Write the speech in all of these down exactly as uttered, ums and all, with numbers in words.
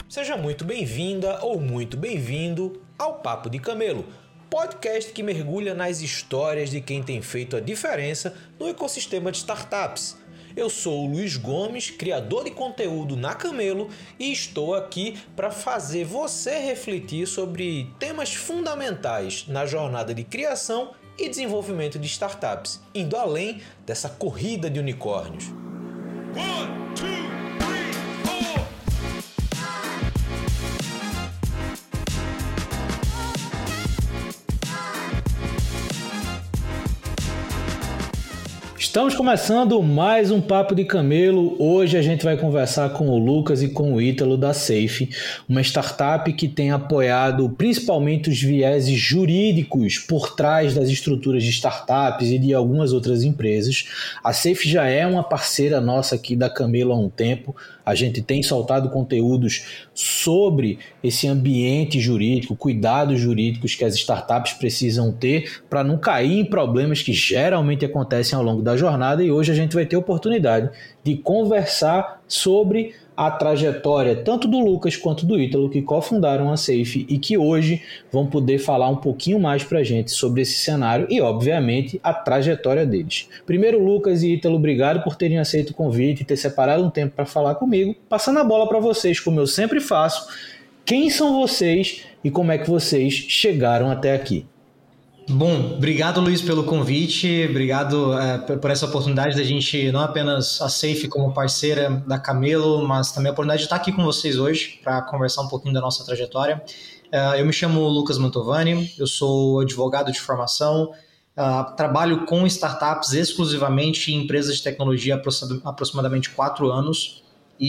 Seja muito bem-vinda ou muito bem-vindo ao Papo de Camelo, podcast que mergulha nas histórias de quem tem feito a diferença no ecossistema de startups. Eu sou o Luiz Gomes, criador de conteúdo na Camelo, e estou aqui para fazer você refletir sobre temas fundamentais na jornada de criação e desenvolvimento de startups, indo além dessa corrida de unicórnios. One, two, three, four. Estamos começando mais um Papo de Camelo. Hoje a gente vai conversar com o Lucas e com o Ítalo da Safe, uma startup que tem apoiado principalmente os vieses jurídicos por trás das estruturas de startups e de algumas outras empresas. A Safe já é uma parceira nossa aqui da Camelo há um tempo. A gente tem soltado conteúdos sobre esse ambiente jurídico, cuidados jurídicos que as startups precisam ter para não cair em problemas que geralmente acontecem ao longo da jornada, e hoje a gente vai ter a oportunidade de conversar sobre a trajetória tanto do Lucas quanto do Ítalo, que cofundaram a Safe e que hoje vão poder falar um pouquinho mais para a gente sobre esse cenário e, obviamente, a trajetória deles. Primeiro, Lucas e Ítalo, obrigado por terem aceito o convite e ter separado um tempo para falar comigo. Passando a bola para vocês, como eu sempre faço, quem são vocês e como é que vocês chegaram até aqui? Bom, obrigado, Luiz, pelo convite, obrigado é, por essa oportunidade da gente, não apenas a Safe como parceira da Camelo, mas também a oportunidade de estar aqui com vocês hoje para conversar um pouquinho da nossa trajetória. É, eu me chamo Lucas Mantovani, eu sou advogado de formação, uh, trabalho com startups exclusivamente em empresas de tecnologia há aproximadamente quatro anos.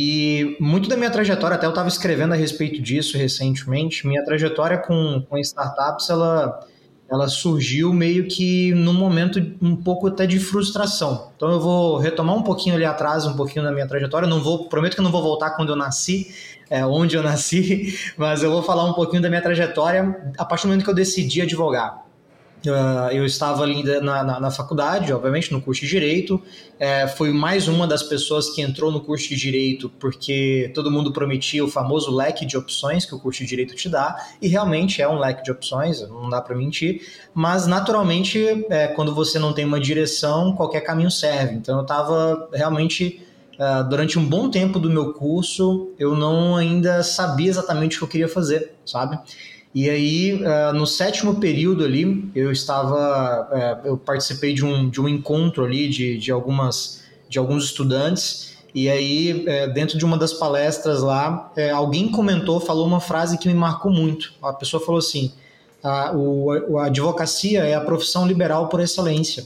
E muito da minha trajetória, até eu estava escrevendo a respeito disso recentemente, minha trajetória com, com startups, ela... ela surgiu meio que num momento um pouco até de frustração. Então eu vou retomar um pouquinho ali atrás, um pouquinho da minha trajetória. Não vou, prometo que eu não vou voltar quando eu nasci, é, onde eu nasci, mas eu vou falar um pouquinho da minha trajetória a partir do momento que eu decidi advogar. Uh, eu estava ali na, na, na faculdade, obviamente, no curso de Direito. É, fui mais uma das pessoas que entrou no curso de Direito porque todo mundo prometia o famoso leque de opções que o curso de Direito te dá, e realmente é um leque de opções, não dá para mentir, mas naturalmente, é, quando você não tem uma direção, qualquer caminho serve. Então eu estava realmente, uh, durante um bom tempo do meu curso, eu não ainda sabia exatamente o que eu queria fazer, sabe? E aí, uh, no sétimo período ali, eu estava, uh, eu participei de um, de um encontro ali de, de, algumas, de alguns estudantes, e aí, uh, dentro de uma das palestras lá, uh, alguém comentou, falou uma frase que me marcou muito. A pessoa falou assim, uh, o, a advocacia é a profissão liberal por excelência.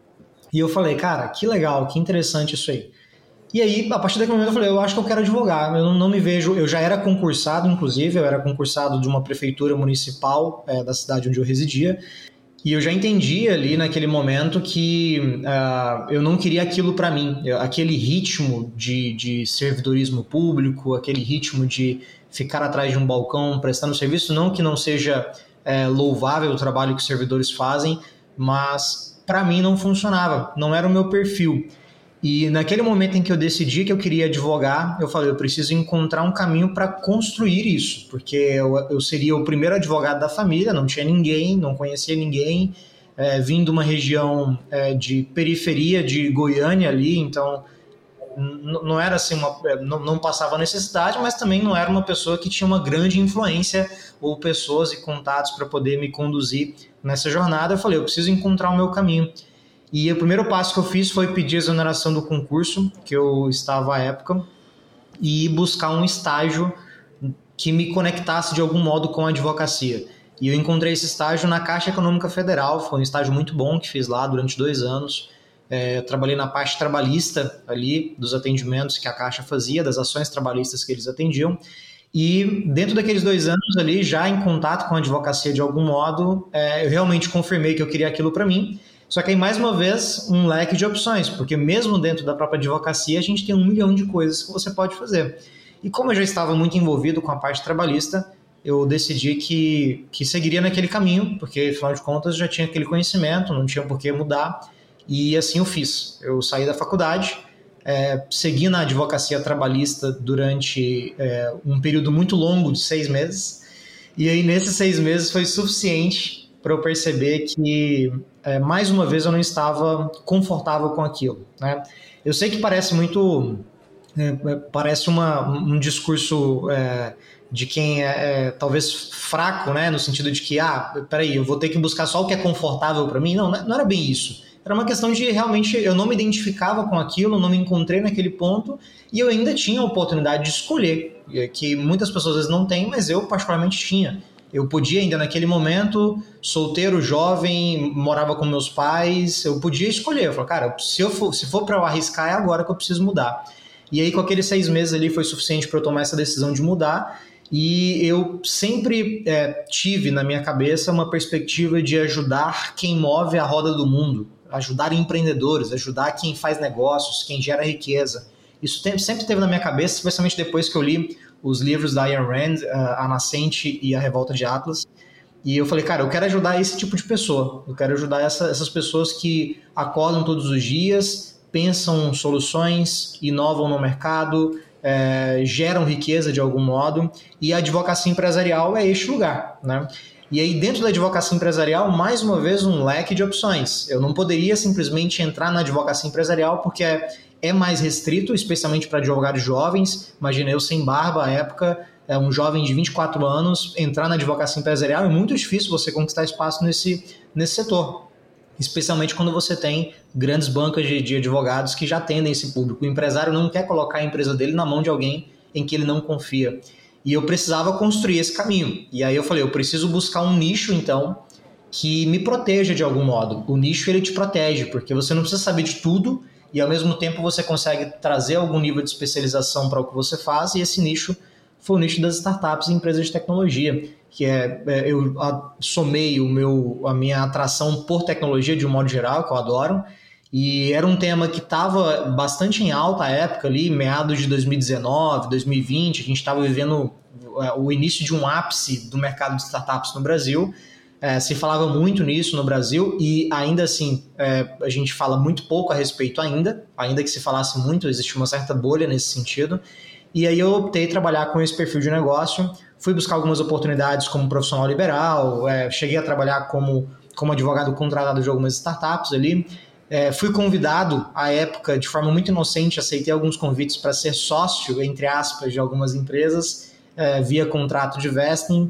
E eu falei, cara, que legal, que interessante isso aí. E aí, a partir daquele momento eu falei, eu acho que eu quero advogar, eu não, não me vejo, eu já era concursado, inclusive, eu era concursado de uma prefeitura municipal é, da cidade onde eu residia, e eu já entendia ali naquele momento que uh, eu não queria aquilo para mim, eu, aquele ritmo de, de servidorismo público, aquele ritmo de ficar atrás de um balcão prestando serviço, não que não seja é, louvável o trabalho que os servidores fazem, mas para mim não funcionava, não era o meu perfil. E naquele momento em que eu decidi que eu queria advogar, eu falei, eu preciso encontrar um caminho para construir isso, porque eu, eu seria o primeiro advogado da família, não tinha ninguém, não conhecia ninguém, é, vim de uma região é, de periferia de Goiânia ali, então n- não era assim, uma, não, não passava necessidade, mas também não era uma pessoa que tinha uma grande influência ou pessoas e contatos para poder me conduzir nessa jornada. Eu falei, eu preciso encontrar o meu caminho. E o primeiro passo que eu fiz foi pedir a exoneração do concurso, que eu estava à época, e buscar um estágio que me conectasse de algum modo com a advocacia. E eu encontrei esse estágio na Caixa Econômica Federal, foi um estágio muito bom que fiz lá durante dois anos. É, trabalhei na parte trabalhista ali, dos atendimentos que a Caixa fazia, das ações trabalhistas que eles atendiam. E dentro daqueles dois anos ali, já em contato com a advocacia de algum modo, é, eu realmente confirmei que eu queria aquilo para mim. Só que aí, mais uma vez, um leque de opções, porque mesmo dentro da própria advocacia, a gente tem um milhão de coisas que você pode fazer. E como eu já estava muito envolvido com a parte trabalhista, eu decidi que, que seguiria naquele caminho, porque, afinal de contas, já tinha aquele conhecimento, não tinha por que mudar, e assim eu fiz. Eu saí da faculdade, é, segui na advocacia trabalhista durante é, um período muito longo de seis meses. E aí, nesses seis meses, foi suficiente para eu perceber que, é, mais uma vez, eu não estava confortável com aquilo, né? Eu sei que parece muito... É, parece uma, um discurso é, de quem é, é talvez fraco, né? No sentido de que, ah, peraí, eu vou ter que buscar só o que é confortável para mim. Não, não era bem isso. Era uma questão de realmente eu não me identificava com aquilo, não me encontrei naquele ponto e eu ainda tinha a oportunidade de escolher, que muitas pessoas às vezes não têm, mas eu particularmente tinha. Eu podia ainda naquele momento, solteiro, jovem, morava com meus pais, eu podia escolher. Eu falei, cara, se, eu for, se for para eu arriscar, é agora que eu preciso mudar. E aí com aqueles seis meses ali foi suficiente para eu tomar essa decisão de mudar. E eu sempre é, tive na minha cabeça uma perspectiva de ajudar quem move a roda do mundo, ajudar empreendedores, ajudar quem faz negócios, quem gera riqueza. Isso sempre teve na minha cabeça, especialmente depois que eu li os livros da Ayn Rand, A Nascente e A Revolta de Atlas. E eu falei, cara, eu quero ajudar esse tipo de pessoa. Eu quero ajudar essa, essas pessoas que acordam todos os dias, pensam soluções, inovam no mercado, é, geram riqueza de algum modo. E a advocacia empresarial é este lugar, né? E aí, dentro da advocacia empresarial, mais uma vez, um leque de opções. Eu não poderia simplesmente entrar na advocacia empresarial porque é, é mais restrito, especialmente para advogados jovens. Imagina eu sem barba à época, é um jovem de vinte e quatro anos, entrar na advocacia empresarial é muito difícil você conquistar espaço nesse, nesse setor. Especialmente quando você tem grandes bancas de, de advogados que já atendem esse público. O empresário não quer colocar a empresa dele na mão de alguém em que ele não confia. E eu precisava construir esse caminho. E aí eu falei, eu preciso buscar um nicho, então, que me proteja de algum modo. O nicho, ele te protege, porque você não precisa saber de tudo e, ao mesmo tempo, você consegue trazer algum nível de especialização para o que você faz. E esse nicho foi o nicho das startups e empresas de tecnologia, que é, é eu somei o meu, a minha atração por tecnologia de um modo geral, que eu adoro. E era um tema que estava bastante em alta à época, ali, meados de dois mil e dezenove, dois mil e vinte, a gente estava vivendo o início de um ápice do mercado de startups no Brasil. É, se falava muito nisso no Brasil e ainda assim é, a gente fala muito pouco a respeito ainda, ainda que se falasse muito, existe uma certa bolha nesse sentido. E aí eu optei trabalhar com esse perfil de negócio, fui buscar algumas oportunidades como profissional liberal, é, cheguei a trabalhar como, como advogado contratado de algumas startups ali. É, fui convidado, à época, de forma muito inocente, aceitei alguns convites para ser sócio, entre aspas, de algumas empresas, é, via contrato de vesting,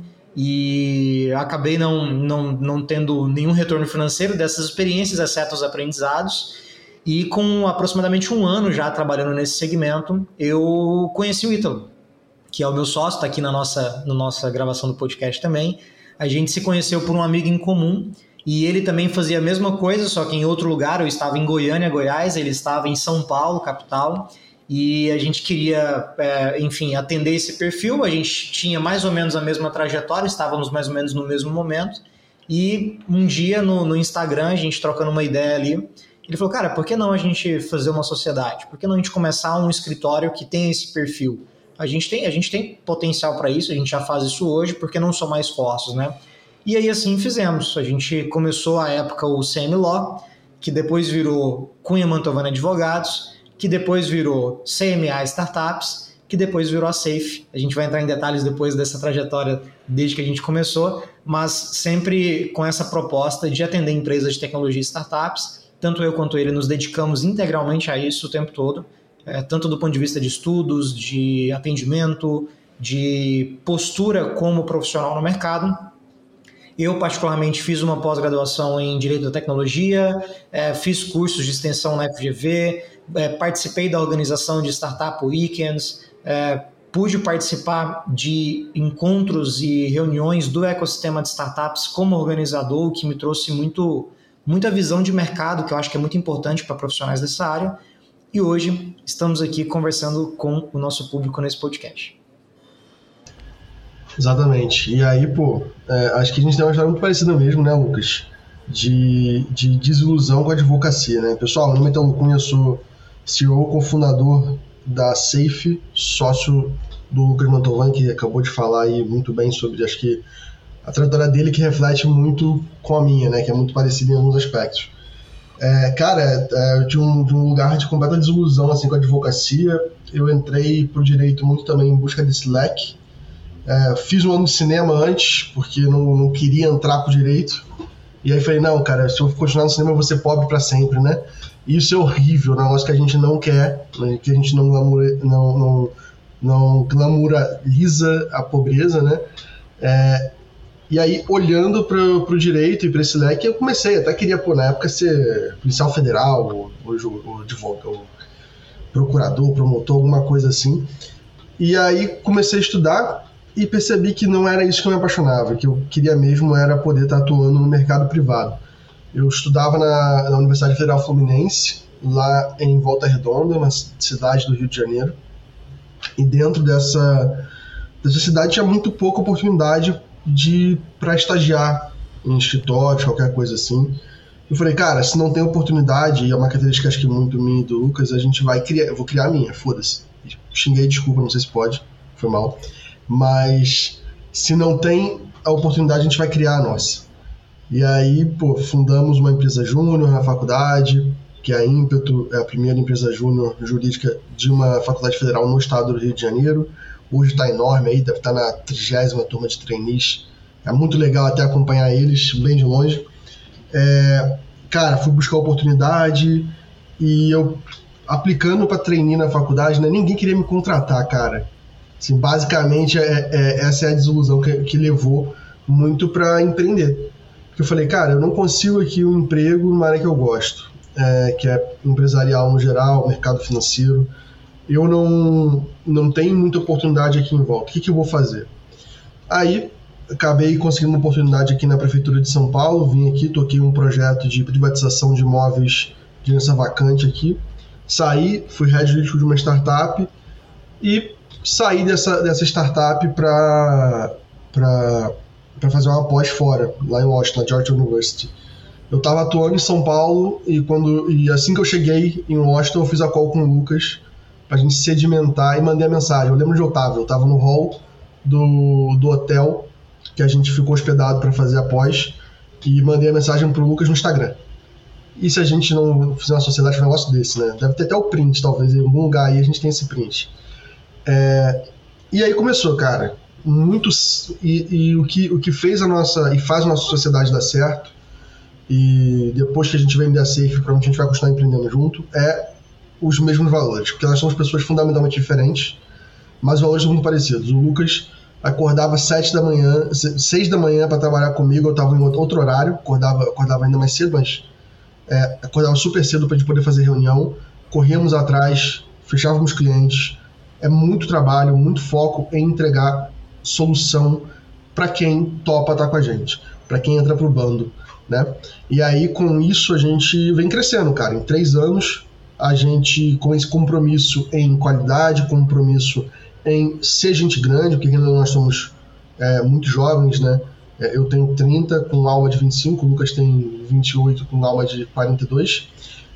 e acabei não, não, não tendo nenhum retorno financeiro dessas experiências, exceto os aprendizados. E com aproximadamente um ano já trabalhando nesse segmento, eu conheci o Ítalo, que é o meu sócio, está aqui na nossa, na nossa gravação do podcast também. A gente se conheceu por um amigo em comum, e ele também fazia a mesma coisa, só que em outro lugar. Eu estava em Goiânia, Goiás, ele estava em São Paulo, capital, e a gente queria, é, enfim, atender esse perfil. A gente tinha mais ou menos a mesma trajetória, estávamos mais ou menos no mesmo momento, e um dia no, no Instagram, a gente trocando uma ideia ali, ele falou, cara, por que não a gente fazer uma sociedade? Por que não a gente começar um escritório que tem esse perfil? A gente tem, a gente tem potencial para isso, a gente já faz isso hoje, por que não somar esforços, né? E aí assim fizemos. A gente começou à época o C M Law, que depois virou Cunha Mantovani Advogados, que depois virou C M A Startups, que depois virou a Safe. A gente vai entrar em detalhes depois dessa trajetória desde que a gente começou, mas sempre com essa proposta de atender empresas de tecnologia e startups. Tanto eu quanto ele nos dedicamos integralmente a isso o tempo todo, é, tanto do ponto de vista de estudos, de atendimento, de postura como profissional no mercado. Eu, particularmente, fiz uma pós-graduação em Direito da Tecnologia, é, fiz cursos de extensão na F G V, é, participei da organização de Startup Weekends, é, pude participar de encontros e reuniões do ecossistema de startups como organizador, o que me trouxe muito, muita visão de mercado, que eu acho que é muito importante para profissionais dessa área. E hoje estamos aqui conversando com o nosso público nesse podcast. Exatamente. E aí, pô, é, acho que a gente tem uma história muito parecida mesmo, né, Lucas? De, de desilusão com a advocacia, né? Pessoal, meu nome é Ítalo Cunha, eu sou C E O, cofundador da Safe, sócio do Lucas Mantovani, que acabou de falar aí muito bem sobre, acho que, a trajetória dele, que reflete muito com a minha, né? Que é muito parecida em alguns aspectos. É, cara, é, eu tinha um, de um lugar de completa desilusão assim, com a advocacia. Eu entrei pro direito muito também em busca desse leque. É, fiz um ano de cinema antes, porque não, não queria entrar pro direito. E aí falei, não, cara, se eu continuar no cinema eu vou ser pobre pra sempre, né? E isso é horrível, um negócio que a gente não quer, né? Que a gente não, glamoura, não, não, não glamouraliza a pobreza, né? É, E aí, olhando pro, pro direito e para esse leque, eu comecei, até queria, pô, na época, ser policial federal, ou, ou, ou advogado, ou procurador, promotor, alguma coisa assim. E aí, comecei a estudar e percebi que não era isso que eu me apaixonava, que eu queria mesmo era poder estar atuando no mercado privado. Eu estudava na, na Universidade Federal Fluminense, lá em Volta Redonda, uma cidade do Rio de Janeiro. E dentro dessa, dessa cidade tinha muito pouca oportunidade de para estagiar em escritório, qualquer coisa assim. Eu falei, cara, se não tem oportunidade, e é uma característica acho que muito minha e do Lucas, a gente vai criar, eu vou criar a minha, foda-se. Xinguei, desculpa, não sei se pode, foi mal. Mas se não tem a oportunidade, a gente vai criar a nossa. E aí, pô, fundamos uma empresa júnior na faculdade, que é a Ímpeto, é a primeira empresa júnior jurídica de uma faculdade federal no estado do Rio de Janeiro. Hoje está enorme aí, deve estar na trigésima turma de trainees. É muito legal até acompanhar eles bem de longe. É, cara, fui buscar oportunidade e eu, aplicando para trainee na faculdade, né, ninguém queria me contratar, cara. Assim, basicamente, é, é, essa é a desilusão que, que levou muito para empreender. Porque eu falei, cara, eu não consigo aqui um emprego numa área que eu gosto, é, que é empresarial no geral, mercado financeiro. Eu não, não tenho muita oportunidade aqui em volta. O que, que eu vou fazer? Aí, acabei conseguindo uma oportunidade aqui na Prefeitura de São Paulo. Vim aqui, toquei um projeto de privatização de imóveis de herança vacante aqui. Saí, fui head jurídico de uma startup e saí dessa, dessa startup para fazer uma pós fora, lá em Washington, na Georgia University. Eu estava atuando em São Paulo e, quando, e assim que eu cheguei em Washington, eu fiz a call com o Lucas pra gente sedimentar e mandei a mensagem. Eu lembro onde eu tava, eu tava no hall do, do hotel que a gente ficou hospedado para fazer a pós e mandei a mensagem pro Lucas no Instagram. E se a gente não fizer uma sociedade com um negócio desse, né? Deve ter até o print, talvez, em algum lugar aí a gente tem esse print. É, e aí começou, cara, muito, e, e o, que, o que fez a nossa, e faz a nossa sociedade dar certo, e depois que a gente vem da Safe, pra onde a gente vai continuar empreendendo junto, é os mesmos valores, porque nós somos pessoas fundamentalmente diferentes, mas os valores são muito parecidos. O Lucas acordava sete da manhã, seis da manhã para trabalhar comigo, eu estava em outro horário, acordava, acordava ainda mais cedo, mas é, acordava super cedo para a gente poder fazer reunião, corríamos atrás, fechávamos clientes. É muito trabalho, muito foco em entregar solução para quem topa estar com a gente, para quem entra pro bando, né? E aí com isso a gente vem crescendo, cara. Em três anos a gente, com esse compromisso em qualidade, compromisso em ser gente grande, porque ainda nós somos é, muito jovens, né? É, eu tenho trinta com alma de vinte e cinco, o Lucas tem vinte e oito com alma de quarenta e dois.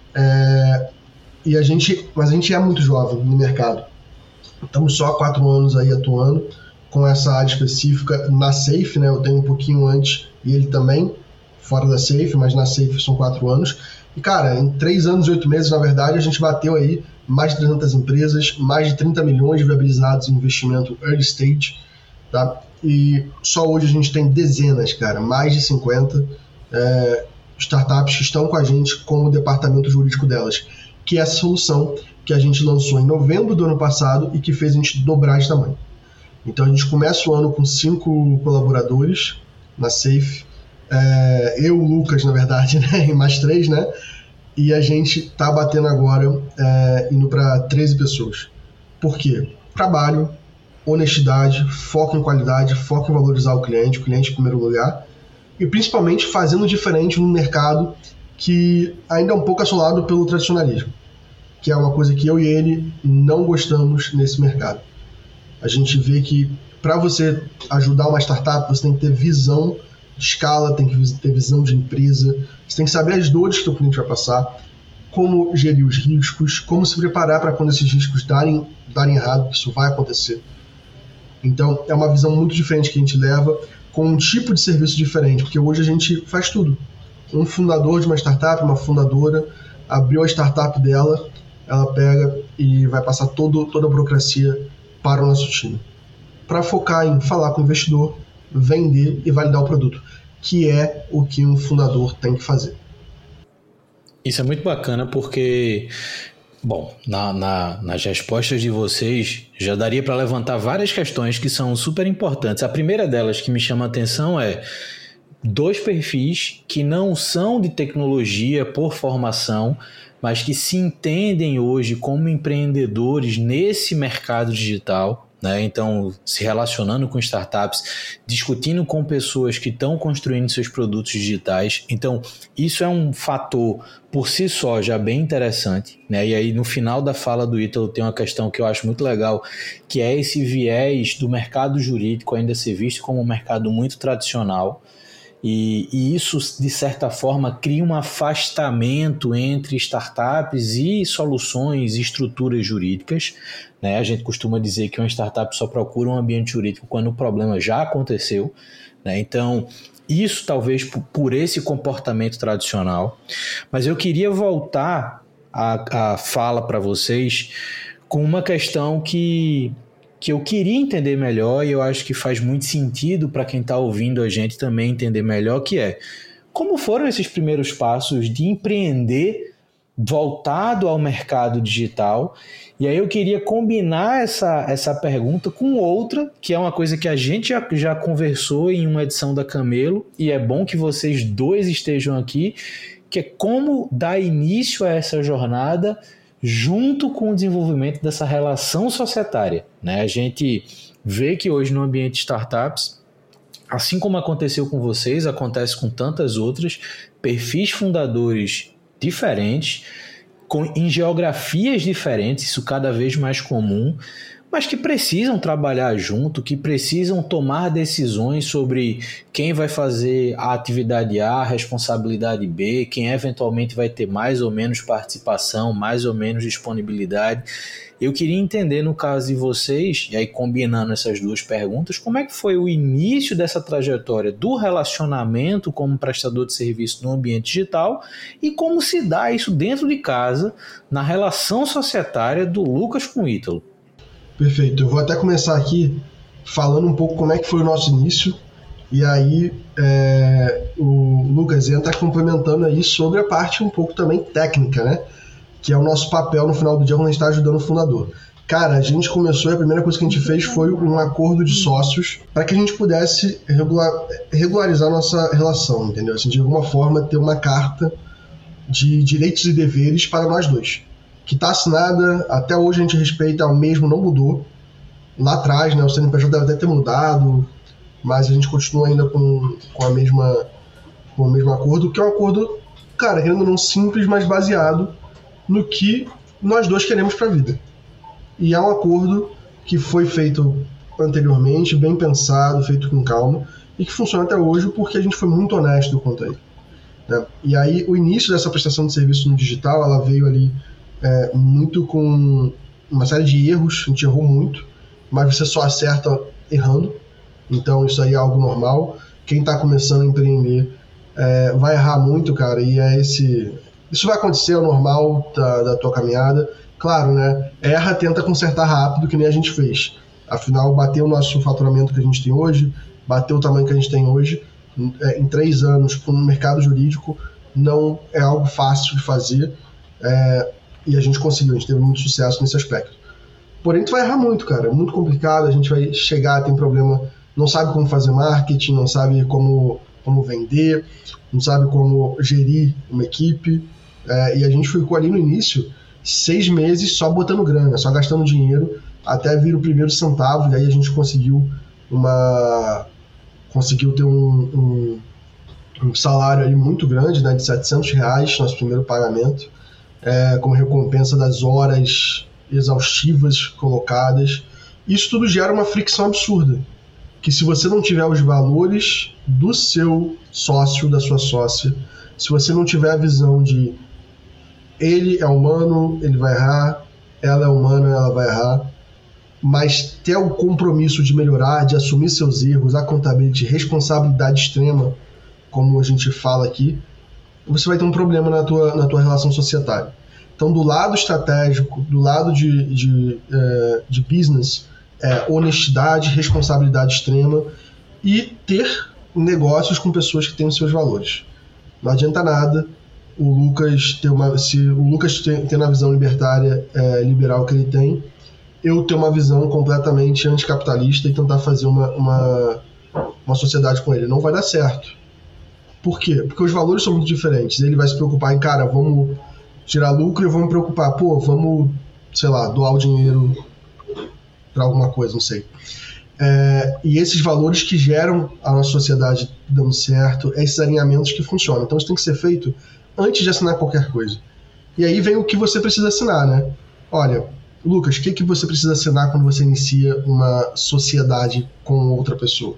É, e a gente, mas a gente é muito jovem no mercado. Estamos só há quatro anos aí atuando com essa área específica na Safe, né? Eu tenho um pouquinho antes e ele também, fora da Safe, mas na Safe são quatro anos. E, cara, em três anos e oito meses, na verdade, a gente bateu aí mais de trezentas empresas, mais de trinta milhões viabilizados em investimento early stage, tá? E só hoje a gente tem dezenas, cara, mais de cinquenta é, startups que estão com a gente como departamento jurídico delas, que é essa solução que a gente lançou em novembro do ano passado e que fez a gente dobrar de tamanho. Então a gente começa o ano com cinco colaboradores na Safe, é, eu, o Lucas, na verdade, né, e mais três, né? E a gente tá batendo agora, é, indo para treze pessoas. Por quê? Trabalho, honestidade, foco em qualidade, foco em valorizar o cliente, o cliente em primeiro lugar, e principalmente fazendo diferente num mercado que ainda é um pouco assolado pelo tradicionalismo, que é uma coisa que eu e ele não gostamos nesse mercado. A gente vê que para você ajudar uma startup, você tem que ter visão de escala, tem que ter visão de empresa, você tem que saber as dores que o cliente vai passar, como gerir os riscos, como se preparar para quando esses riscos darem, darem errado, que isso vai acontecer. Então, é uma visão muito diferente que a gente leva, com um tipo de serviço diferente, porque hoje a gente faz tudo. um fundador de uma startup, uma fundadora, abriu a startup dela, ela pega e vai passar todo, toda a burocracia para o nosso time, para focar em falar com o investidor, vender e validar o produto, que é o que um fundador tem que fazer. Isso é muito bacana porque, bom, na, na, nas respostas de vocês já daria para levantar várias questões que são super importantes. A primeira delas que me chama a atenção é dois perfis que não são de tecnologia por formação, mas que se entendem hoje como empreendedores nesse mercado digital, né? Então, se relacionando com startups, discutindo com pessoas que estão construindo seus produtos digitais. Então, isso é um fator por si só já bem interessante, né? E aí, no final da fala do Ítalo, tem uma questão que eu acho muito legal, que é esse viés do mercado jurídico ainda ser visto como um mercado muito tradicional. E, e isso, de certa forma, cria um afastamento entre startups e soluções e estruturas jurídicas, né? A gente costuma dizer que uma startup só procura um ambiente jurídico quando o problema já aconteceu, né? Então, isso talvez por, por esse comportamento tradicional. Mas eu queria voltar a, a fala para vocês com uma questão que... que eu queria entender melhor e eu acho que faz muito sentido para quem está ouvindo a gente também entender melhor, que é como foram esses primeiros passos de empreender voltado ao mercado digital. E aí eu queria combinar essa, essa pergunta com outra, que é uma coisa que a gente já, já conversou em uma edição da Camelo, e é bom que vocês dois estejam aqui, que é como dar início a essa jornada junto com o desenvolvimento dessa relação societária, né? A gente vê que hoje no ambiente de startups, assim como aconteceu com vocês, acontece com tantas outras, perfis fundadores diferentes, com, em geografias diferentes, isso cada vez mais comum, mas que precisam trabalhar junto, que precisam tomar decisões sobre quem vai fazer a atividade A, a responsabilidade B, quem eventualmente vai ter mais ou menos participação, mais ou menos disponibilidade. Eu queria entender, no caso de vocês, e aí combinando essas duas perguntas, como é que foi o início dessa trajetória do relacionamento como prestador de serviço no ambiente digital e como se dá isso dentro de casa, na relação societária do Lucas com o Ítalo. Perfeito, eu vou até começar aqui falando um pouco como é que foi o nosso início, e aí é, o Lucas entra complementando aí sobre a parte um pouco também técnica, né? Que é o nosso papel no final do dia quando a gente está ajudando o fundador. Cara, a gente começou e a primeira coisa que a gente fez foi um acordo de sócios para que a gente pudesse regular, regularizar a nossa relação, entendeu? Assim, de alguma forma ter uma carta de direitos e deveres para nós dois, que está assinada, até hoje a gente respeita, o mesmo não mudou. Lá atrás, né, o C N P J deve até ter mudado, mas a gente continua ainda com, com, a mesma, com o mesmo acordo, que é um acordo, cara, querendo ou não simples, mas baseado no que nós dois queremos para a vida. E é um acordo que foi feito anteriormente, bem pensado, feito com calma, e que funciona até hoje porque a gente foi muito honesto quanto a ele, né? E aí o início dessa prestação de serviço no digital, ela veio ali É, muito com uma série de erros, a gente errou muito, mas você só acerta errando, então isso aí é algo normal. Quem está começando a empreender é, vai errar muito, cara, e é esse... Isso vai acontecer, é o normal da, da tua caminhada. Claro, né? Erra, tenta consertar rápido, que nem a gente fez. Afinal, bateu o nosso faturamento que a gente tem hoje, bateu o tamanho que a gente tem hoje, é, em três anos, com o mercado jurídico, não é algo fácil de fazer, é, e a gente conseguiu, a gente teve muito sucesso nesse aspecto. Porém, tu vai errar muito, cara, é muito complicado, a gente vai chegar, tem problema, não sabe como fazer marketing, não sabe como, como vender, não sabe como gerir uma equipe, é, e a gente ficou ali no início, seis meses só botando grana, só gastando dinheiro, até vir o primeiro centavo, e aí a gente conseguiu uma... conseguiu ter um, um, um salário ali muito grande, né, de setecentos reais, nosso primeiro pagamento, É, como recompensa das horas exaustivas colocadas. Isso tudo gera uma fricção absurda, que se você não tiver os valores do seu sócio, da sua sócia, se você não tiver a visão de ele é humano, ele vai errar, ela é humana, ela vai errar, mas ter o compromisso de melhorar, de assumir seus erros, accountability, responsabilidade extrema, como a gente fala aqui, você vai ter um problema na tua, na tua relação societária. Então, do lado estratégico, do lado de, de, é, de business, é, honestidade, responsabilidade extrema e ter negócios com pessoas que têm os seus valores. Não adianta nada o Lucas ter uma, se o Lucas tem, tem uma visão libertária, é, liberal que ele tem, eu ter uma visão completamente anticapitalista e tentar fazer uma, uma, uma sociedade com ele. Não vai dar certo. Por quê? Porque os valores são muito diferentes. Ele vai se preocupar em, cara, vamos tirar lucro, e eu vou me preocupar, pô, vamos, sei lá, doar o dinheiro para alguma coisa, não sei. É, e esses valores que geram a nossa sociedade dando certo, esses alinhamentos que funcionam. Então isso tem que ser feito antes de assinar qualquer coisa. E aí vem o que você precisa assinar, né? Olha, Lucas, o que, que você precisa assinar quando você inicia uma sociedade com outra pessoa?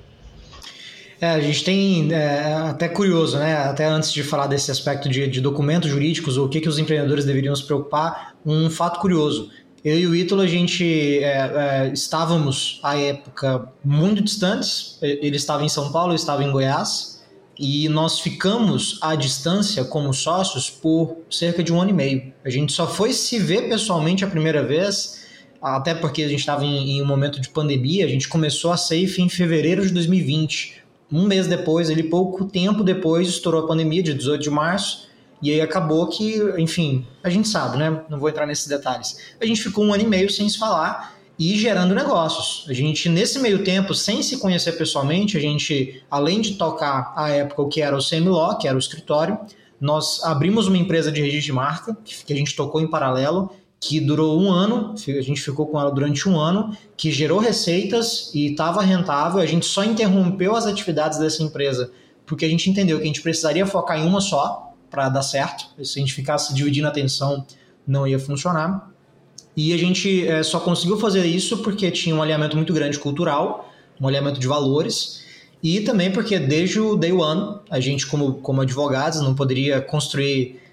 É, a gente tem, é, até curioso, né? Até antes de falar desse aspecto de, de documentos jurídicos, ou o que, que os empreendedores deveriam se preocupar, um fato curioso. Eu e o Ítalo, a gente é, é, estávamos, à época, muito distantes. Ele estava em São Paulo, eu estava em Goiás, e nós ficamos à distância como sócios por cerca de um ano e meio. A gente só foi se ver pessoalmente a primeira vez, até porque a gente estava em, em um momento de pandemia. A gente começou a Safe em fevereiro de dois mil e vinte. Um mês depois, ele pouco tempo depois, estourou a pandemia, de dezoito de março, e aí acabou que, enfim, a gente sabe, né? Não vou entrar nesses detalhes. A gente ficou um ano e meio sem se falar e gerando negócios. A gente, nesse meio tempo, sem se conhecer pessoalmente, a gente, além de tocar à época o que era o C M L O, que era o escritório, nós abrimos uma empresa de registro de marca, que a gente tocou em paralelo, que durou um ano, a gente ficou com ela durante um ano, que gerou receitas e estava rentável. A gente só interrompeu as atividades dessa empresa porque a gente entendeu que a gente precisaria focar em uma só para dar certo. Se a gente ficasse dividindo a atenção, não ia funcionar. E a gente é, só conseguiu fazer isso porque tinha um alinhamento muito grande cultural, um alinhamento de valores, e também porque desde o day one, a gente como, como advogados não poderia construir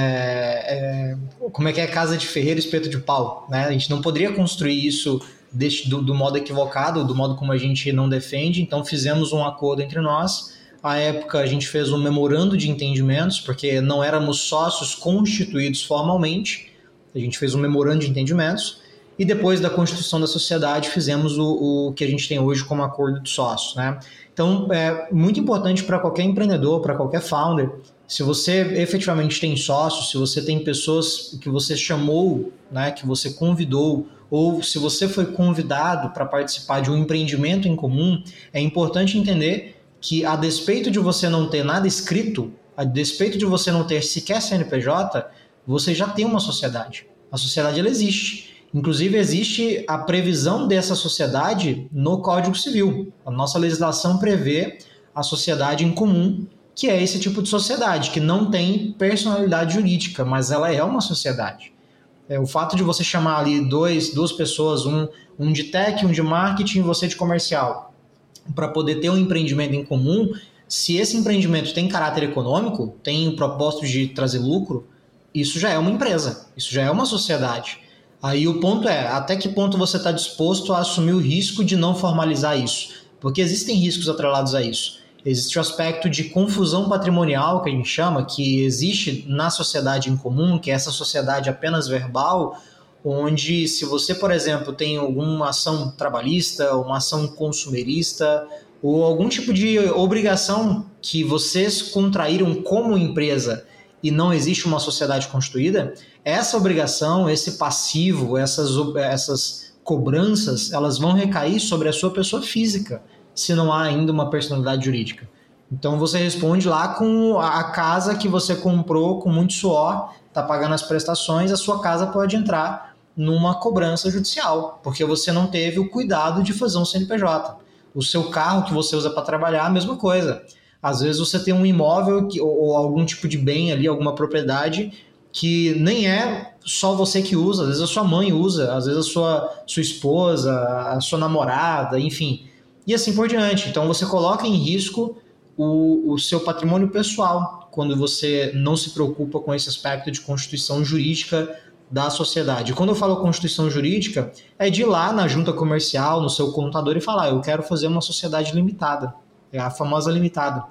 É, é, como é que é casa de ferreiro, espeto de pau, né? A gente não poderia construir isso deste, do, do modo equivocado, do modo como a gente não defende. Então fizemos um acordo entre nós. À época a gente fez um memorando de entendimentos, porque não éramos sócios constituídos formalmente. A gente fez um memorando de entendimentos e depois da constituição da sociedade fizemos o, o que a gente tem hoje como acordo de sócios, né? Então é muito importante para qualquer empreendedor, para qualquer founder. Se você efetivamente tem sócios, se você tem pessoas que você chamou, né, que você convidou, ou se você foi convidado para participar de um empreendimento em comum, é importante entender que, a despeito de você não ter nada escrito, a despeito de você não ter sequer C N P J, você já tem uma sociedade. A sociedade ela existe. Inclusive, existe a previsão dessa sociedade no Código Civil. A nossa legislação prevê a sociedade em comum, que é esse tipo de sociedade, que não tem personalidade jurídica, mas ela é uma sociedade. É, o fato de você chamar ali dois, duas pessoas, um, um de tech, um de marketing e você de comercial, para poder ter um empreendimento em comum, se esse empreendimento tem caráter econômico, tem o propósito de trazer lucro, isso já é uma empresa, isso já é uma sociedade. Aí o ponto é, até que ponto você está disposto a assumir o risco de não formalizar isso? Porque existem riscos atrelados a isso. Existe o aspecto de confusão patrimonial, que a gente chama, que existe na sociedade em comum, que é essa sociedade apenas verbal, onde se você, por exemplo, tem alguma ação trabalhista, uma ação consumerista, ou algum tipo de obrigação que vocês contraíram como empresa e não existe uma sociedade constituída, essa obrigação, esse passivo, essas, essas cobranças, elas vão recair sobre a sua pessoa física, se não há ainda uma personalidade jurídica. Então você responde lá com a casa que você comprou com muito suor, está pagando as prestações, a sua casa pode entrar numa cobrança judicial, porque você não teve o cuidado de fazer um C N P J. O seu carro que você usa para trabalhar, a mesma coisa. Às vezes você tem um imóvel que, ou algum tipo de bem ali, alguma propriedade, que nem é só você que usa, às vezes a sua mãe usa, às vezes a sua, sua esposa, a sua namorada, enfim, e assim por diante. Então você coloca em risco o, o seu patrimônio pessoal quando você não se preocupa com esse aspecto de constituição jurídica da sociedade. Quando eu falo constituição jurídica, é de ir lá na junta comercial, no seu contador e falar, eu quero fazer uma sociedade limitada, é a famosa limitada.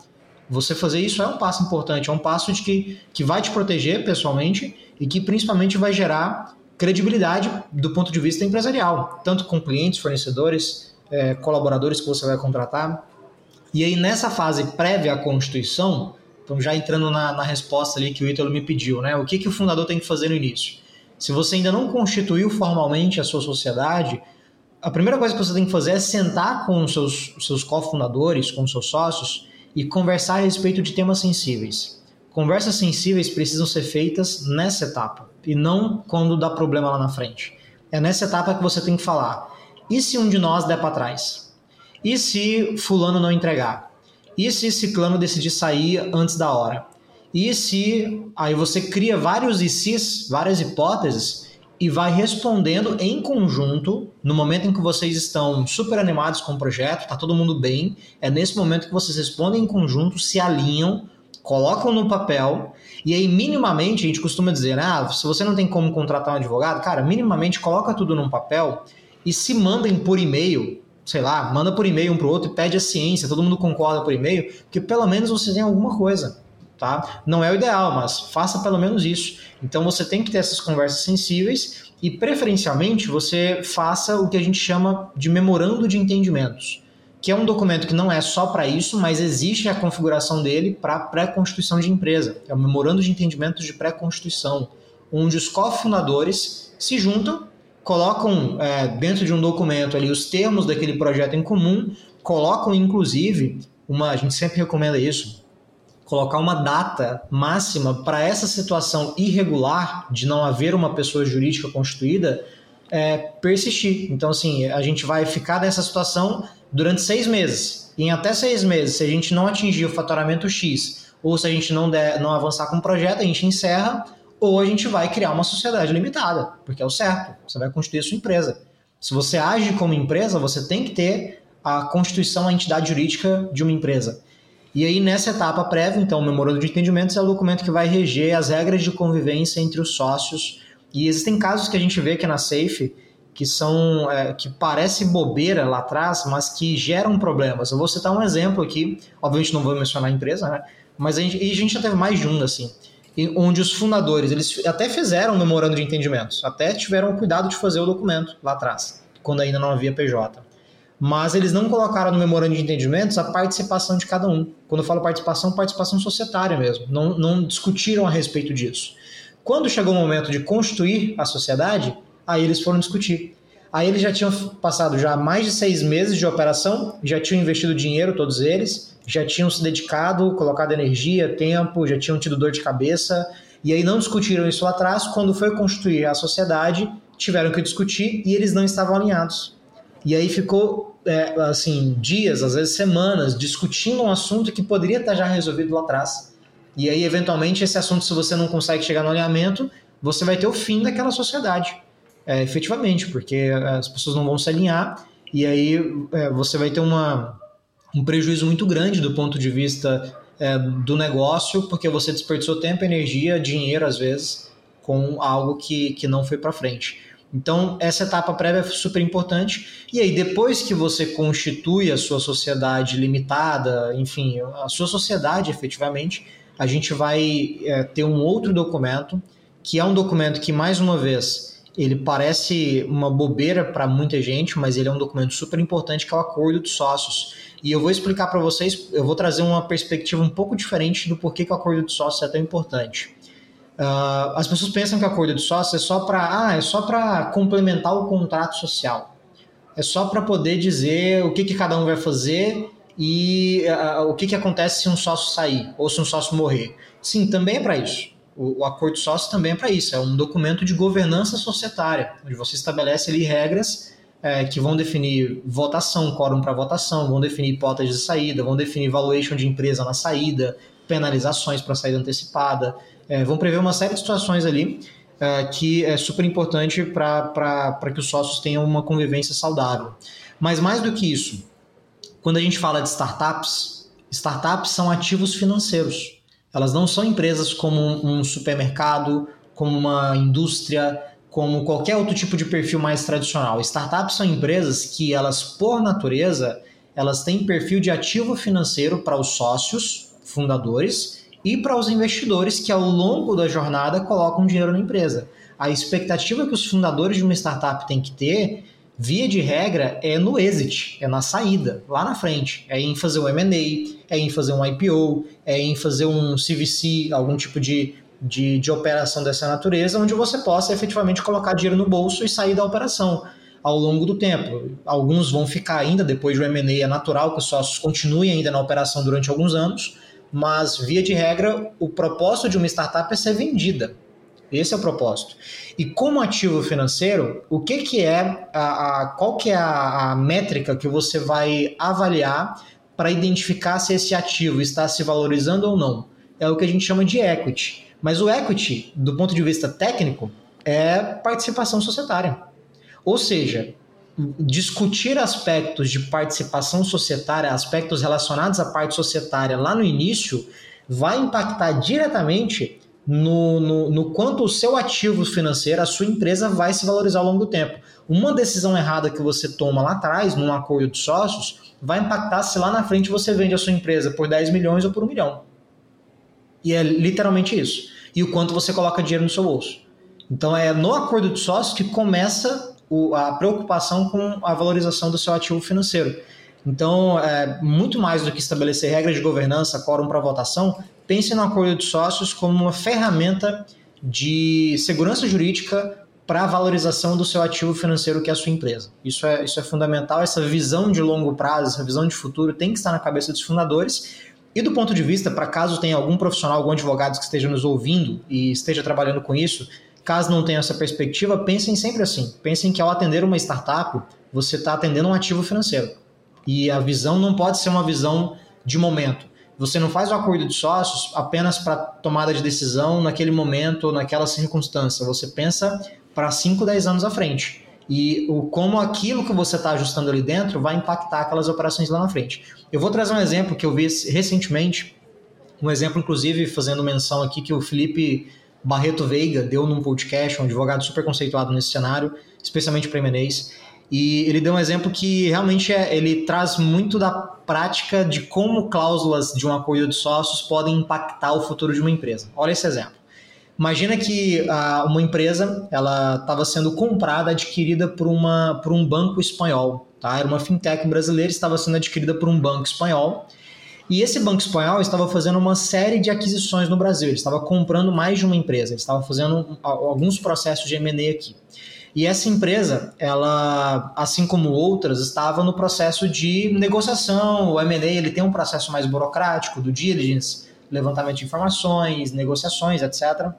você fazer isso é um passo importante, é um passo de que, que vai te proteger pessoalmente e que principalmente vai gerar credibilidade do ponto de vista empresarial, tanto com clientes, fornecedores, é, colaboradores que você vai contratar. E aí nessa fase prévia à constituição, então já entrando na, na resposta ali que o Ítalo me pediu, né? O que, que o fundador tem que fazer no início? Se você ainda não constituiu formalmente a sua sociedade, a primeira coisa que você tem que fazer é sentar com os seus, seus cofundadores, com os seus sócios e conversar a respeito de temas sensíveis. Conversas sensíveis precisam ser feitas nessa etapa e não quando dá problema lá na frente. É nessa etapa que você tem que falar: e se um de nós der para trás? E se fulano não entregar? E se ciclano decidir sair antes da hora? E se... Aí você cria vários e se's, várias hipóteses e vai respondendo em conjunto no momento em que vocês estão super animados com o projeto, está todo mundo bem, é nesse momento que vocês respondem em conjunto, se alinham, colocam no papel, e aí minimamente, a gente costuma dizer, ah, se você não tem como contratar um advogado, cara, minimamente coloca tudo num papel e se mandem por e-mail, sei lá, manda por e-mail um pro outro e pede a ciência, todo mundo concorda por e-mail, porque pelo menos vocês têm alguma coisa, tá? Não é o ideal, mas faça pelo menos isso. Então você tem que ter essas conversas sensíveis e preferencialmente você faça o que a gente chama de memorando de entendimentos, que é um documento que não é só para isso, mas existe a configuração dele para pré-constituição de empresa. É o memorando de entendimentos de pré-constituição, onde os cofundadores se juntam, colocam é, dentro de um documento ali os termos daquele projeto em comum, colocam inclusive, uma, a gente sempre recomenda isso, colocar uma data máxima para essa situação irregular de não haver uma pessoa jurídica constituída é, persistir. Então, assim, a gente vai ficar nessa situação durante seis meses. E em até seis meses, se a gente não atingir o faturamento X, ou se a gente não, der, não avançar com o projeto, a gente encerra, ou a gente vai criar uma sociedade limitada, porque é o certo. Você vai constituir a sua empresa. Se você age como empresa, você tem que ter a constituição, a entidade jurídica de uma empresa. E aí, nessa etapa prévia, então, o memorando de entendimentos é o documento que vai reger as regras de convivência entre os sócios. E existem casos que a gente vê aqui na Safe que são é, que parece bobeira lá atrás, mas que geram problemas. Eu vou citar um exemplo aqui, obviamente não vou mencionar a empresa, né? Mas a gente, e a gente já teve mais de um, assim, onde os fundadores, eles até fizeram um memorando de entendimentos, até tiveram o cuidado de fazer o documento lá atrás, quando ainda não havia P J. Mas eles não colocaram no memorando de entendimentos a participação de cada um. Quando eu falo participação, participação societária mesmo. Não, não discutiram a respeito disso. Quando chegou o momento de constituir a sociedade, aí eles foram discutir. Aí eles já tinham passado já mais de seis meses de operação, já tinham investido dinheiro, todos eles, já tinham se dedicado, colocado energia, tempo, já tinham tido dor de cabeça, e aí não discutiram isso lá atrás. Quando foi constituir a sociedade, tiveram que discutir e eles não estavam alinhados. E aí ficou, é, assim, dias, às vezes semanas, discutindo um assunto que poderia estar já resolvido lá atrás. E aí, eventualmente, esse assunto, se você não consegue chegar no alinhamento, você vai ter o fim daquela sociedade, é, efetivamente, porque as pessoas não vão se alinhar e aí é, você vai ter uma, um prejuízo muito grande do ponto de vista é, do negócio, porque você desperdiçou tempo, energia, dinheiro, às vezes, com algo que, que não foi para frente. Então, essa etapa prévia é super importante. E aí, depois que você constitui a sua sociedade limitada, enfim, a sua sociedade, efetivamente, a gente vai é, ter um outro documento, que é um documento que, mais uma vez, ele parece uma bobeira para muita gente, mas ele é um documento super importante, que é o Acordo dos Sócios. E eu vou explicar para vocês, eu vou trazer uma perspectiva um pouco diferente do porquê que o Acordo dos Sócios é tão importante. Uh, as pessoas pensam que o acordo de sócios é só para ah, é só para complementar o contrato social, é só para poder dizer o que, que cada um vai fazer e uh, o que, que acontece se um sócio sair ou se um sócio morrer. Sim, também é para isso. O, o acordo de sócios também é para isso. É um documento de governança societária, onde você estabelece ali regras é, que vão definir votação, quórum para votação, vão definir hipótese de saída, vão definir valuation de empresa na saída, penalizações para saída antecipada. É, vão prever uma série de situações ali é, que é super importante para que os sócios tenham uma convivência saudável. Mas mais do que isso, quando a gente fala de startups, startups são ativos financeiros. Elas não são empresas como um supermercado, como uma indústria, como qualquer outro tipo de perfil mais tradicional. Startups são empresas que elas, por natureza, elas têm perfil de ativo financeiro para os sócios fundadores e para os investidores que ao longo da jornada colocam dinheiro na empresa. A expectativa que os fundadores de uma startup têm que ter, via de regra, é no exit, é na saída, lá na frente. É em fazer um M and A, é em fazer um I P O, é em fazer um C V C, algum tipo de, de, de operação dessa natureza, onde você possa efetivamente colocar dinheiro no bolso e sair da operação ao longo do tempo. Alguns vão ficar ainda, depois do M and A, é natural que os sócios continuem ainda na operação durante alguns anos, mas, via de regra, o propósito de uma startup é ser vendida. Esse é o propósito. E como ativo financeiro, o que, que é a, a, qual que é a, a métrica que você vai avaliar para identificar se esse ativo está se valorizando ou não? É o que a gente chama de equity. Mas o equity, do ponto de vista técnico, é participação societária. Ou seja, discutir aspectos de participação societária, aspectos relacionados à parte societária lá no início, vai impactar diretamente No, no, no quanto o seu ativo financeiro, a sua empresa, vai se valorizar ao longo do tempo. Uma decisão errada que você toma lá atrás, num acordo de sócios, vai impactar se lá na frente você vende a sua empresa por dez milhões ou por um milhão. E é literalmente isso. E o quanto você coloca dinheiro no seu bolso. Então é no acordo de sócios que começa o, a preocupação com a valorização do seu ativo financeiro. Então, é, muito mais do que estabelecer regras de governança, quórum para votação, pense no acordo de sócios como uma ferramenta de segurança jurídica para a valorização do seu ativo financeiro, que é a sua empresa. Isso é, isso é fundamental, essa visão de longo prazo, essa visão de futuro tem que estar na cabeça dos fundadores. E do ponto de vista, para caso tenha algum profissional, algum advogado que esteja nos ouvindo e esteja trabalhando com isso, caso não tenha essa perspectiva, pensem sempre assim. Pensem que ao atender uma startup, você está atendendo um ativo financeiro. E a visão não pode ser uma visão de momento. Você não faz um acordo de sócios apenas para tomada de decisão naquele momento, naquela circunstância. Você pensa para cinco, dez anos à frente. E o, como aquilo que você está ajustando ali dentro vai impactar aquelas operações lá na frente. Eu vou trazer um exemplo que eu vi recentemente, um exemplo, inclusive, fazendo menção aqui, que o Felipe Barreto Veiga deu num podcast, um advogado super conceituado nesse cenário, especialmente para M and As. E ele deu um exemplo que realmente é, ele traz muito da prática de como cláusulas de um acordo de sócios podem impactar o futuro de uma empresa. Olha esse exemplo. Imagina que uh, uma empresa ela estava sendo comprada, adquirida por, uma, por um banco espanhol. Tá? Era uma fintech brasileira, estava sendo adquirida por um banco espanhol. E esse banco espanhol estava fazendo uma série de aquisições no Brasil. Ele estava comprando mais de uma empresa. Ele estava fazendo alguns processos de M and A aqui. E essa empresa, ela, assim como outras, estava no processo de negociação. O M and A ele tem um processo mais burocrático, do diligence, levantamento de informações, negociações, etcétera.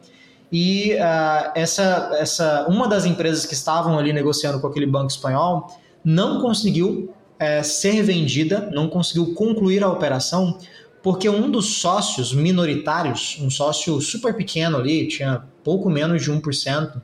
E uh, essa, essa, uma das empresas que estavam ali negociando com aquele banco espanhol não conseguiu uh, ser vendida, não conseguiu concluir a operação, porque um dos sócios minoritários, um sócio super pequeno ali, tinha pouco menos de um por cento,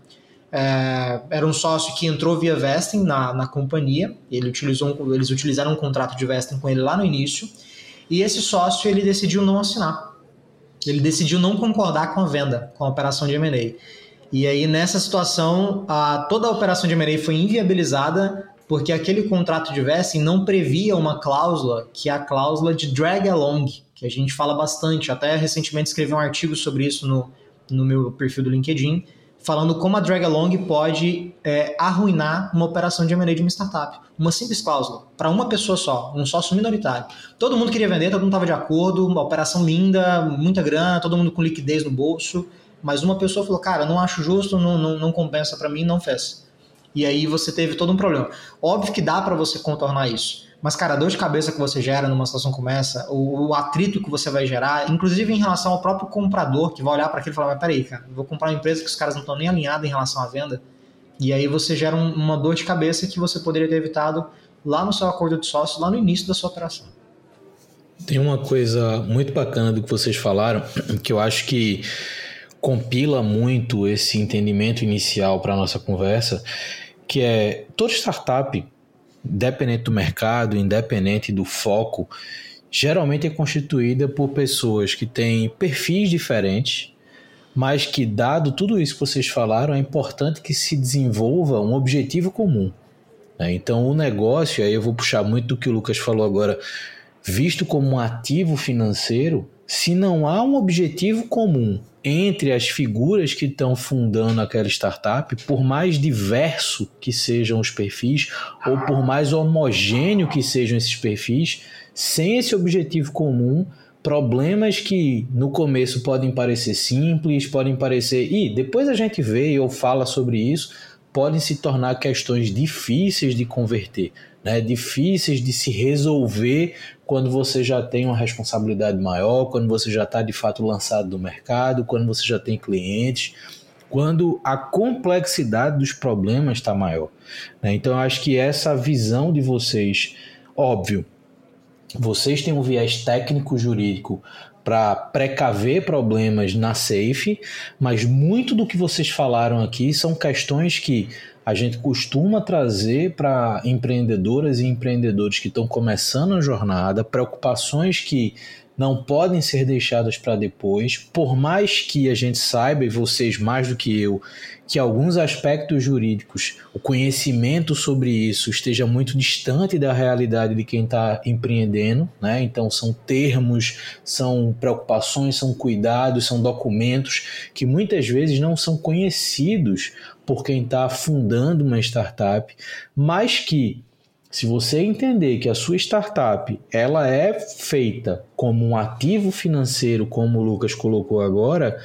É, era um sócio que entrou via vesting na, na companhia. Ele utilizou, eles utilizaram um contrato de vesting com ele lá no início, e esse sócio ele decidiu não assinar. Ele decidiu não concordar com a venda, com a operação de M and A. E aí nessa situação, a, toda a operação de M and A foi inviabilizada porque aquele contrato de vesting não previa uma cláusula, que é a cláusula de drag along, que a gente fala bastante. Até recentemente escrevi um artigo sobre isso no, no meu perfil do LinkedIn, falando como a drag along pode é, arruinar uma operação de M and A de uma startup. Uma simples cláusula, para uma pessoa só, um sócio minoritário. Todo mundo queria vender, todo mundo estava de acordo, uma operação linda, muita grana, todo mundo com liquidez no bolso, mas uma pessoa falou, cara, não acho justo, não, não, não compensa para mim, não fez. E aí você teve todo um problema. Óbvio que dá para você contornar isso, mas, cara, a dor de cabeça que você gera numa situação como essa, o, o atrito que você vai gerar, inclusive em relação ao próprio comprador, que vai olhar para aquilo e falar, mas peraí, cara, eu vou comprar uma empresa que os caras não estão nem alinhados em relação à venda, e aí você gera um, uma dor de cabeça que você poderia ter evitado lá no seu acordo de sócio, lá no início da sua operação. Tem uma coisa muito bacana do que vocês falaram, que eu acho que compila muito esse entendimento inicial para a nossa conversa, que é toda startup, independente do mercado, independente do foco, geralmente é constituída por pessoas que têm perfis diferentes, mas que, dado tudo isso que vocês falaram, é importante que se desenvolva um objetivo comum. Então, o negócio, aí eu vou puxar muito do que o Lucas falou agora, visto como um ativo financeiro, se não há um objetivo comum entre as figuras que estão fundando aquela startup, por mais diverso que sejam os perfis, ou por mais homogêneo que sejam esses perfis, sem esse objetivo comum, problemas que no começo podem parecer simples, podem parecer... E depois a gente vê ou fala sobre isso, podem se tornar questões difíceis de converter, né? Difíceis de se resolver quando você já tem uma responsabilidade maior, quando você já está de fato lançado no mercado, quando você já tem clientes, quando a complexidade dos problemas está maior, né? Então eu acho que essa visão de vocês, óbvio, vocês têm um viés técnico-jurídico para precaver problemas na Safe, mas muito do que vocês falaram aqui são questões que a gente costuma trazer para empreendedoras e empreendedores que estão começando a jornada, preocupações que não podem ser deixadas para depois, por mais que a gente saiba, e vocês mais do que eu, que alguns aspectos jurídicos, o conhecimento sobre isso esteja muito distante da realidade de quem está empreendendo, né? Então são termos, são preocupações, são cuidados, são documentos que muitas vezes não são conhecidos por quem está fundando uma startup, mas que, se você entender que a sua startup ela é feita como um ativo financeiro, como o Lucas colocou agora,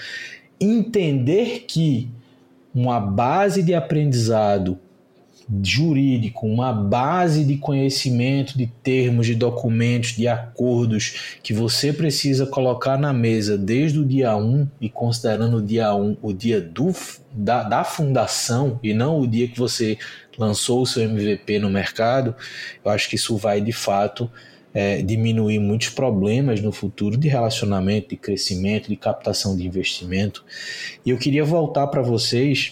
entender que uma base de aprendizado jurídico, uma base de conhecimento de termos, de documentos, de acordos que você precisa colocar na mesa desde o dia um e considerando o dia um o dia do, da, da fundação e não o dia que você lançou o seu M V P no mercado, eu acho que isso vai de fato é, diminuir muitos problemas no futuro de relacionamento, de crescimento, de captação de investimento. E eu queria voltar para vocês.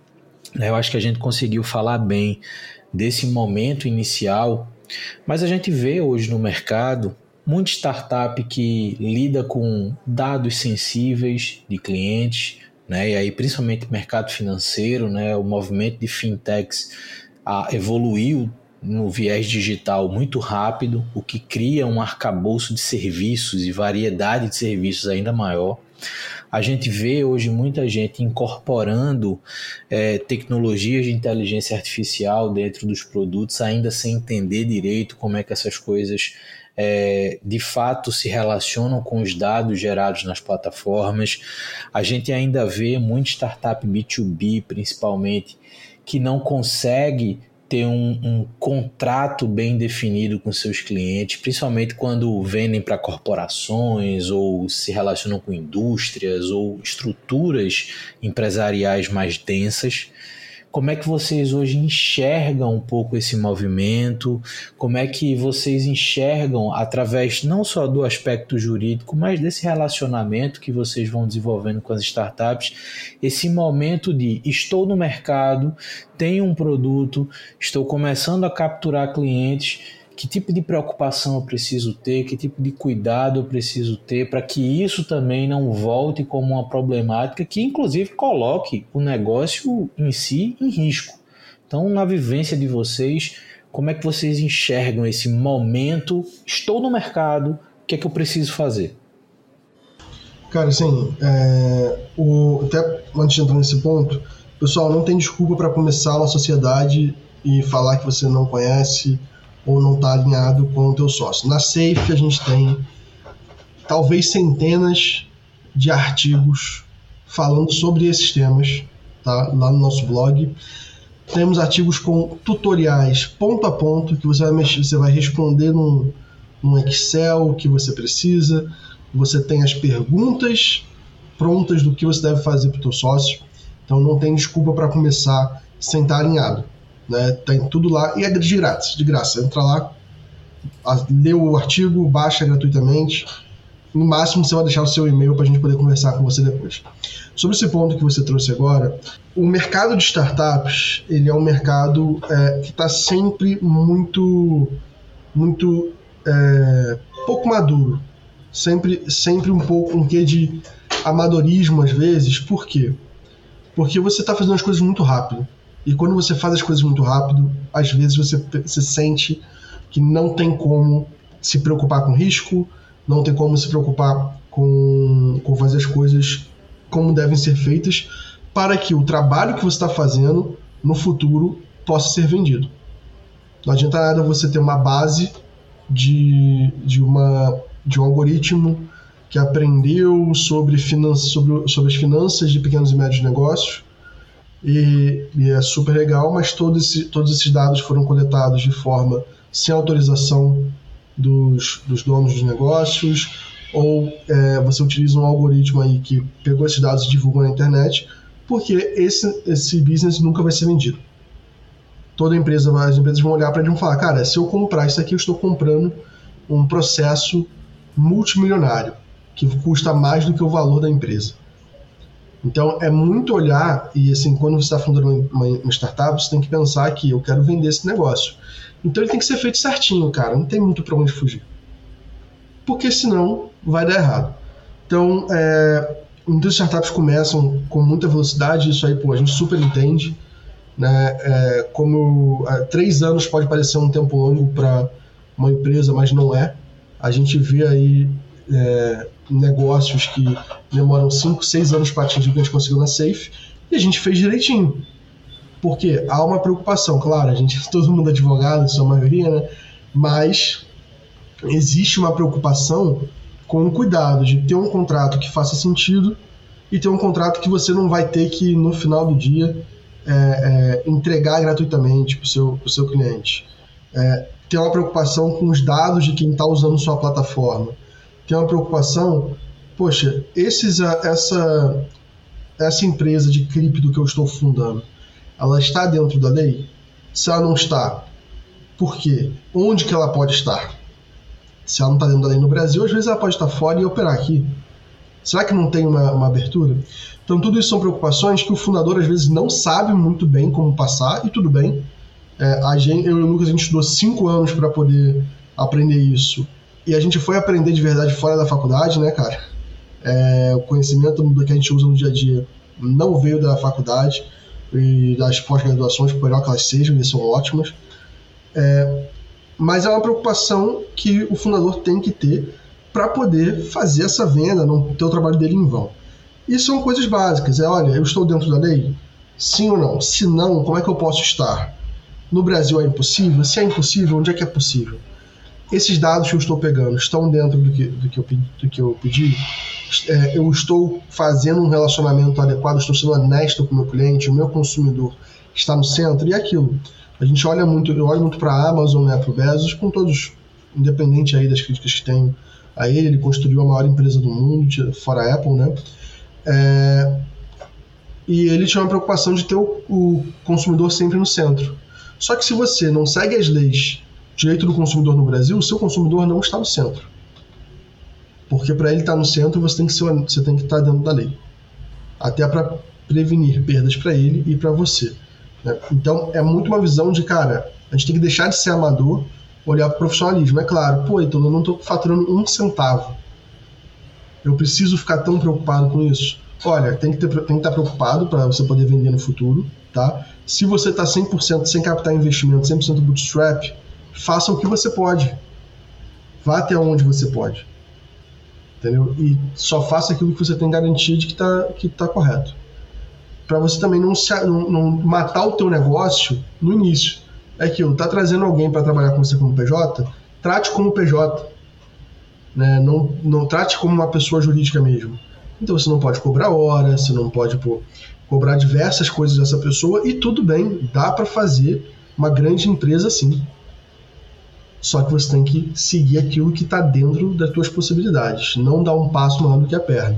Eu acho que a gente conseguiu falar bem desse momento inicial, mas a gente vê hoje no mercado muita startup que lida com dados sensíveis de clientes, né? E aí principalmente mercado financeiro, né? O movimento de fintechs ah, evoluiu no viés digital muito rápido, o que cria um arcabouço de serviços e variedade de serviços ainda maior. A gente vê hoje muita gente incorporando é, tecnologias de inteligência artificial dentro dos produtos, ainda sem entender direito como é que essas coisas é, de fato se relacionam com os dados gerados nas plataformas. A gente ainda vê muita startup B dois B, principalmente, que não consegue ter um, um contrato bem definido com seus clientes, principalmente quando vendem para corporações ou se relacionam com indústrias ou estruturas empresariais mais densas. Como é que vocês hoje enxergam um pouco esse movimento? Como é que vocês enxergam, através não só do aspecto jurídico, mas desse relacionamento que vocês vão desenvolvendo com as startups, esse momento de estou no mercado, tenho um produto, estou começando a capturar clientes, que tipo de preocupação eu preciso ter, que tipo de cuidado eu preciso ter para que isso também não volte como uma problemática que inclusive coloque o negócio em si em risco. Então, na vivência de vocês, como é que vocês enxergam esse momento? Estou no mercado, o que é que eu preciso fazer? Cara, assim, é, o, até antes de entrar nesse ponto, pessoal, não tem desculpa para começar uma sociedade e falar que você não conhece ou não está alinhado com o teu sócio. Na Safe a gente tem talvez centenas de artigos falando sobre esses temas, tá? Lá no nosso blog. Temos artigos com tutoriais ponto a ponto que você vai, mexer, você vai responder num, num Excel que você precisa. Você tem as perguntas prontas do que você deve fazer para o teu sócio. Então não tem desculpa para começar sem estar alinhado. Né, tem tudo lá e é de grátis, de graça. Entra lá, lê o artigo, baixa gratuitamente. No máximo você vai deixar o seu e-mail para a gente poder conversar com você depois. Sobre esse ponto que você trouxe agora, o mercado de startups ele é um mercado é, que está sempre muito, muito é, pouco maduro, sempre, sempre um pouco um quê de amadorismo às vezes. Por quê? Porque você está fazendo as coisas muito rápido. E quando você faz as coisas muito rápido, às vezes você, você sente que não tem como se preocupar com risco, não tem como se preocupar com, com fazer as coisas como devem ser feitas para que o trabalho que você está fazendo no futuro possa ser vendido. Não adianta nada você ter uma base de, de, uma, de um algoritmo que aprendeu sobre, finan- sobre, sobre as finanças de pequenos e médios negócios e, e é super legal, mas todos, esse, todos esses dados foram coletados de forma sem autorização dos, dos donos dos negócios, ou é, você utiliza um algoritmo aí que pegou esses dados e divulgou na internet, porque esse, esse business nunca vai ser vendido. Toda empresa, as empresas vão olhar para ele e vão falar, cara, se eu comprar isso aqui, eu estou comprando um processo multimilionário, que custa mais do que o valor da empresa. Então, é muito olhar, e assim, quando você está fundando uma, uma startup, você tem que pensar que eu quero vender esse negócio. Então, ele tem que ser feito certinho, cara, não tem muito para onde fugir. Porque senão vai dar errado. Então, é, muitas startups começam com muita velocidade, isso aí, pô, a gente super entende, né? É, como é, três anos pode parecer um tempo longo para uma empresa, mas não é. A gente vê aí é, negócios que demoram cinco, seis anos para atingir o que a gente conseguiu na Safe, e a gente fez direitinho. Porque há uma preocupação, claro, a gente, todo mundo é advogado, sua maioria, né? Mas existe uma preocupação com o cuidado de ter um contrato que faça sentido e ter um contrato que você não vai ter que, no final do dia, é, é, entregar gratuitamente para o seu, pro seu cliente. É, ter uma preocupação com os dados de quem está usando sua plataforma. Ter uma preocupação, poxa, esses, essa, essa empresa de cripto que eu estou fundando, ela está dentro da lei? Se ela não está, por quê? Onde que ela pode estar? Se ela não está dentro da lei no Brasil, às vezes ela pode estar fora e operar aqui. Será que não tem uma, uma abertura? Então, tudo isso são preocupações que o fundador, às vezes, não sabe muito bem como passar, e tudo bem. É, a gente, eu e o Lucas, a gente estudou cinco anos para poder aprender isso. E a gente foi aprender de verdade fora da faculdade, né, cara? É, o conhecimento do que a gente usa no dia a dia não veio da faculdade e das pós-graduações, por melhor que elas sejam, e são ótimas. É, mas é uma preocupação que o fundador tem que ter para poder fazer essa venda, não ter o trabalho dele em vão. E são coisas básicas. É, olha, eu estou dentro da lei? Sim ou não? Se não, como é que eu posso estar? No Brasil é impossível? Se é impossível, onde é que é possível? Esses dados que eu estou pegando estão dentro do que, do que, eu, do que eu pedi? É, eu estou fazendo um relacionamento adequado? Estou sendo honesto com o meu cliente? O meu consumidor está no centro? E aquilo. A gente olha muito, eu olho muito para a Amazon, né, para o Bezos, com todos, independente aí das críticas que tem a ele, ele construiu a maior empresa do mundo, fora a Apple, né? É, e ele tinha uma preocupação de ter o, o consumidor sempre no centro. Só que se você não segue as leis de direito do consumidor no Brasil, o seu consumidor não está no centro. Porque para ele estar no centro, você tem que ser, você tem que estar dentro da lei. Até para prevenir perdas para ele e para você. Né? Então, é muito uma visão de, cara, a gente tem que deixar de ser amador, olhar para o profissionalismo. É claro, pô, então eu não estou faturando um centavo. Eu preciso ficar tão preocupado com isso? Olha, tem que, ter, tem que estar preocupado para você poder vender no futuro, tá? Se você está cem por cento sem captar investimento, cem por cento bootstrap, faça o que você pode. Vá até onde você pode. Entendeu? E só faça aquilo que você tem garantia de que está que tá correto. Para você também não, se, não, não matar o teu negócio no início. É aquilo, tá trazendo alguém para trabalhar com você como P J, trate como P J. Né? Não, não trate como uma pessoa jurídica mesmo. Então você não pode cobrar hora, você não pode pô, cobrar diversas coisas dessa pessoa, e tudo bem, dá para fazer uma grande empresa assim. Só que você tem que seguir aquilo que está dentro das tuas possibilidades, não dar um passo maior do que a perna.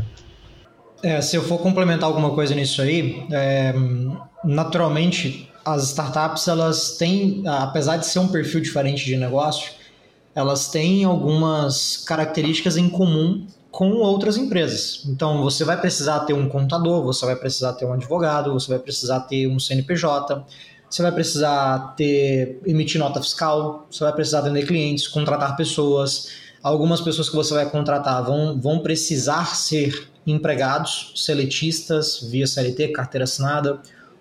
É, se eu for complementar alguma coisa nisso aí, é, naturalmente as startups, elas têm, apesar de ser um perfil diferente de negócio, elas têm algumas características em comum com outras empresas. Então, você vai precisar ter um contador, você vai precisar ter um advogado, você vai precisar ter um C N P J, você vai precisar ter, emitir nota fiscal, você vai precisar atender clientes, contratar pessoas. Algumas pessoas que você vai contratar vão, vão precisar ser empregados, seletistas, via C L T, carteira assinada.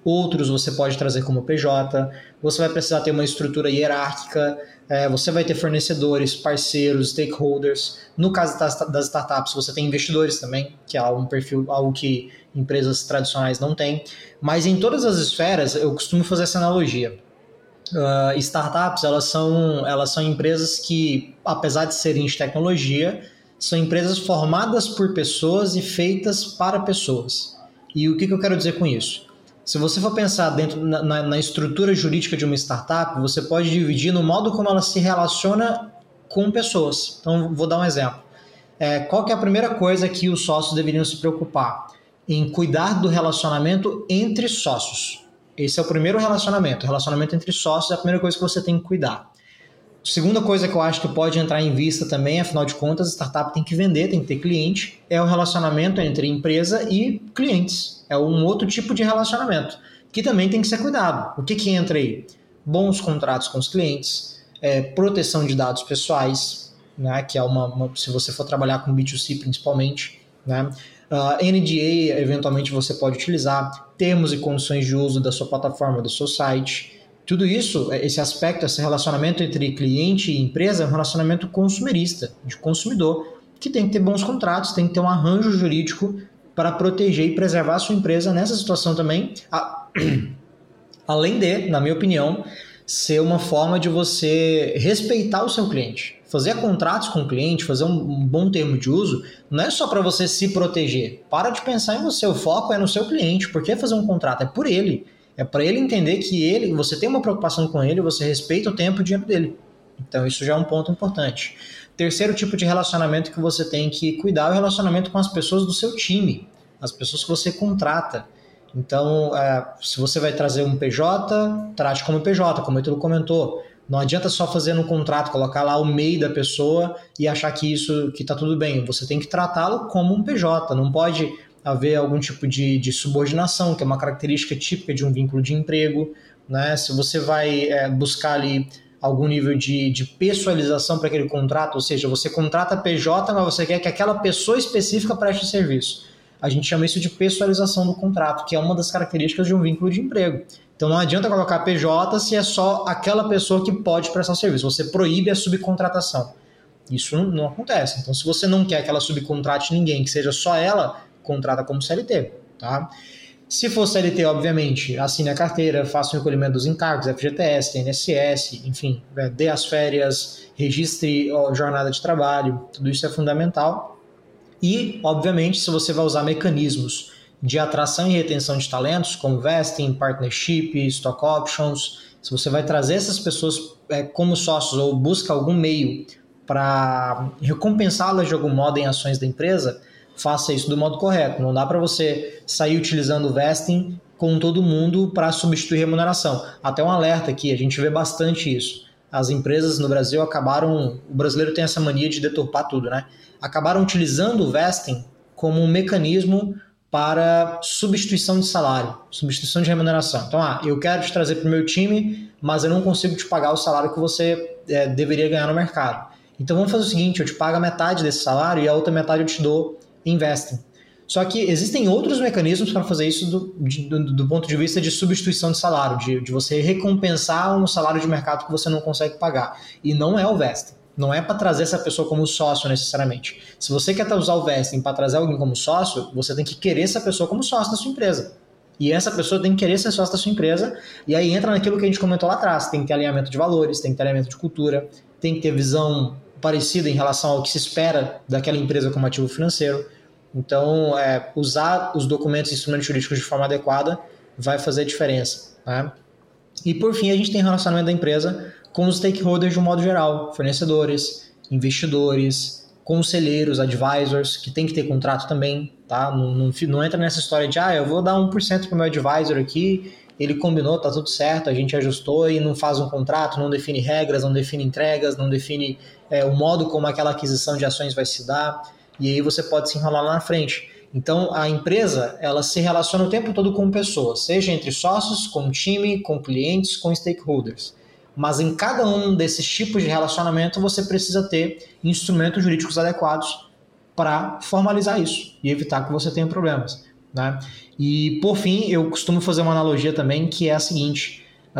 outros você pode trazer como P J, você vai precisar ter uma estrutura hierárquica, é, você vai ter fornecedores, parceiros, stakeholders. No caso das, das startups, você tem investidores também, que é um perfil, algo que empresas tradicionais não têm. Mas em todas as esferas, eu costumo fazer essa analogia. Uh, startups, elas são, elas são empresas que, apesar de serem de tecnologia, são empresas formadas por pessoas e feitas para pessoas. E o que, que eu quero dizer com isso? Se você for pensar dentro na, na, na estrutura jurídica de uma startup, você pode dividir no modo como ela se relaciona com pessoas. Então, vou dar um exemplo. É, qual que é a primeira coisa que os sócios deveriam se preocupar? Em cuidar do relacionamento entre sócios. Esse é o primeiro relacionamento. O relacionamento entre sócios é a primeira coisa que você tem que cuidar. Segunda coisa que eu acho que pode entrar em vista também, afinal de contas, a startup tem que vender, tem que ter cliente, é o relacionamento entre empresa e clientes. É um outro tipo de relacionamento, que também tem que ser cuidado. O que, que entra aí? Bons contratos com os clientes, é, proteção de dados pessoais, né, que é uma, uma, se você for trabalhar com B dois C principalmente, né, uh, N D A eventualmente você pode utilizar, termos e condições de uso da sua plataforma, do seu site. Tudo isso, esse aspecto, esse relacionamento entre cliente e empresa é um relacionamento consumerista, de consumidor, que tem que ter bons contratos, tem que ter um arranjo jurídico para proteger e preservar a sua empresa nessa situação também, a... além de, na minha opinião, ser uma forma de você respeitar o seu cliente. Fazer contratos com o cliente, fazer um bom termo de uso, não é só para você se proteger. Para de pensar em você, o foco é no seu cliente. Por que fazer um contrato? É por ele. É para ele entender que ele, você tem uma preocupação com ele, você respeita o tempo e o dinheiro dele. Então isso já é um ponto importante. Terceiro tipo de relacionamento que você tem que cuidar é o relacionamento com as pessoas do seu time, as pessoas que você contrata. Então, é, se você vai trazer um P J, trate como P J, como o Ítalo comentou. Não adianta só fazer no contrato, colocar lá o M E I da pessoa e achar que isso que está tudo bem. Você tem que tratá-lo como um P J, não pode haver algum tipo de, de subordinação, que é uma característica típica de um vínculo de emprego, né? Se você vai é, buscar ali algum nível de, de pessoalização para aquele contrato, ou seja, você contrata P J, mas você quer que aquela pessoa específica preste serviço. A gente chama isso de pessoalização do contrato, que é uma das características de um vínculo de emprego. Então não adianta colocar P J se é só aquela pessoa que pode prestar serviço. Você proíbe a subcontratação. Isso não, não acontece. Então se você não quer que ela subcontrate ninguém, que seja só ela, contrata como C L T, tá? Se for C L T, obviamente, assine a carteira, faça o recolhimento dos encargos, F G T S, I N S S, enfim, dê as férias, registre a jornada de trabalho, tudo isso é fundamental. E, obviamente, se você vai usar mecanismos de atração e retenção de talentos, como vesting, partnership, stock options, se você vai trazer essas pessoas é, como sócios ou busca algum meio para recompensá-las de algum modo em ações da empresa, faça isso do modo correto. Não dá para você sair utilizando o vesting com todo mundo para substituir remuneração. Até um alerta aqui, a gente vê bastante isso. As empresas no Brasil acabaram... O brasileiro tem essa mania de deturpar tudo, né? Acabaram utilizando o vesting como um mecanismo para substituição de salário, substituição de remuneração. Então, ah, eu quero te trazer para o meu time, mas eu não consigo te pagar o salário que você é, deveria ganhar no mercado. Então, vamos fazer o seguinte, eu te pago a metade desse salário e a outra metade eu te dou investem. Só que existem outros mecanismos para fazer isso do, de, do, do ponto de vista de substituição de salário, de, de você recompensar um salário de mercado que você não consegue pagar. E não é o vesting. Não é para trazer essa pessoa como sócio necessariamente. Se você quer usar o vesting para trazer alguém como sócio, você tem que querer essa pessoa como sócio da sua empresa. E essa pessoa tem que querer ser sócio da sua empresa. E aí entra naquilo que a gente comentou lá atrás. Tem que ter alinhamento de valores, tem que ter alinhamento de cultura, tem que ter visão parecida em relação ao que se espera daquela empresa como ativo financeiro. Então, é, usar os documentos e instrumentos jurídicos de forma adequada vai fazer diferença, né? E, por fim, a gente tem relacionamento da empresa com os stakeholders de um modo geral, fornecedores, investidores, conselheiros, advisors, que tem que ter contrato também, tá? Não, não, não entra nessa história de, ah, eu vou dar um por cento para o meu advisor aqui, ele combinou, tá tudo certo, a gente ajustou e não faz um contrato, não define regras, não define entregas, não define é, o modo como aquela aquisição de ações vai se dar, e aí você pode se enrolar lá na frente. Então, a empresa, ela se relaciona o tempo todo com pessoas, seja entre sócios, com time, com clientes, com stakeholders. Mas em cada um desses tipos de relacionamento, você precisa ter instrumentos jurídicos adequados para formalizar isso e evitar que você tenha problemas. né? E, por fim, eu costumo fazer uma analogia também, que é a seguinte: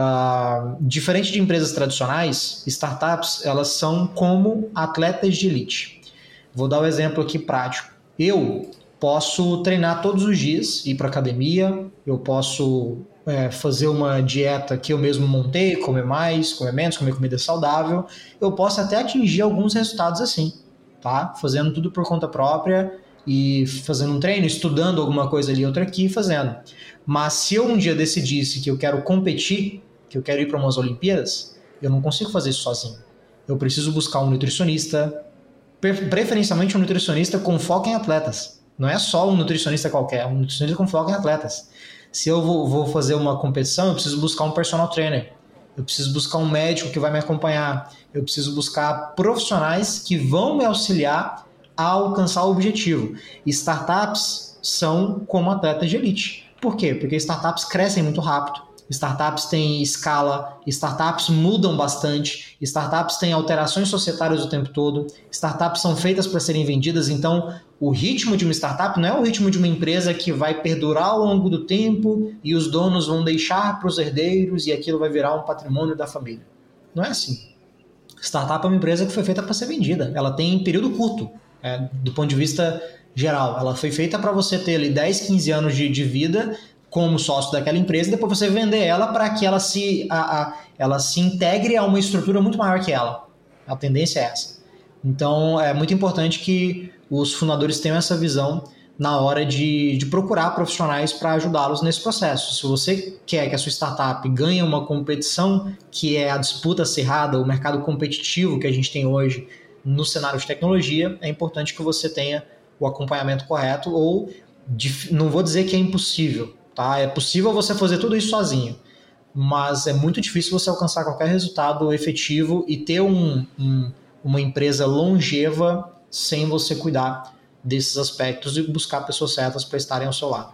uh, diferente de empresas tradicionais, startups, elas são como atletas de elite. Vou dar um exemplo aqui prático. Eu posso treinar todos os dias, ir para academia, eu posso é, fazer uma dieta que eu mesmo montei, comer mais, comer menos, comer comida saudável. Eu posso até atingir alguns resultados assim, tá? Fazendo tudo por conta própria e fazendo um treino, estudando alguma coisa ali, outra aqui, fazendo. Mas se eu um dia decidisse que eu quero competir, que eu quero ir para umas Olimpíadas, eu não consigo fazer isso sozinho. Eu preciso buscar um nutricionista, preferencialmente um nutricionista com foco em atletas. Não é só um nutricionista qualquer, é um nutricionista com foco em atletas. Se eu vou, vou fazer uma competição, eu preciso buscar um personal trainer. Eu preciso buscar um médico que vai me acompanhar. Eu preciso buscar profissionais que vão me auxiliar a alcançar o objetivo. Startups são como atletas de elite. Por quê? Porque startups crescem muito rápido. Startups têm escala, startups mudam bastante, startups têm alterações societárias o tempo todo, startups são feitas para serem vendidas, então o ritmo de uma startup não é o ritmo de uma empresa que vai perdurar ao longo do tempo e os donos vão deixar para os herdeiros e aquilo vai virar um patrimônio da família. Não é assim. Startup é uma empresa que foi feita para ser vendida, ela tem período curto, é, do ponto de vista geral, ela foi feita para você ter ali dez, quinze anos de, de vida como sócio daquela empresa, e depois você vender ela para que ela se, a, a, ela se integre a uma estrutura muito maior que ela. A tendência é essa. Então, é muito importante que os fundadores tenham essa visão na hora de, de procurar profissionais para ajudá-los nesse processo. Se você quer que a sua startup ganhe uma competição, que é a disputa acirrada, o mercado competitivo que a gente tem hoje no cenário de tecnologia, é importante que você tenha o acompanhamento correto, ou não vou dizer que é impossível, tá? É possível você fazer tudo isso sozinho, mas é muito difícil você alcançar qualquer resultado efetivo e ter um, um, uma empresa longeva sem você cuidar desses aspectos e buscar pessoas certas para estarem ao seu lado.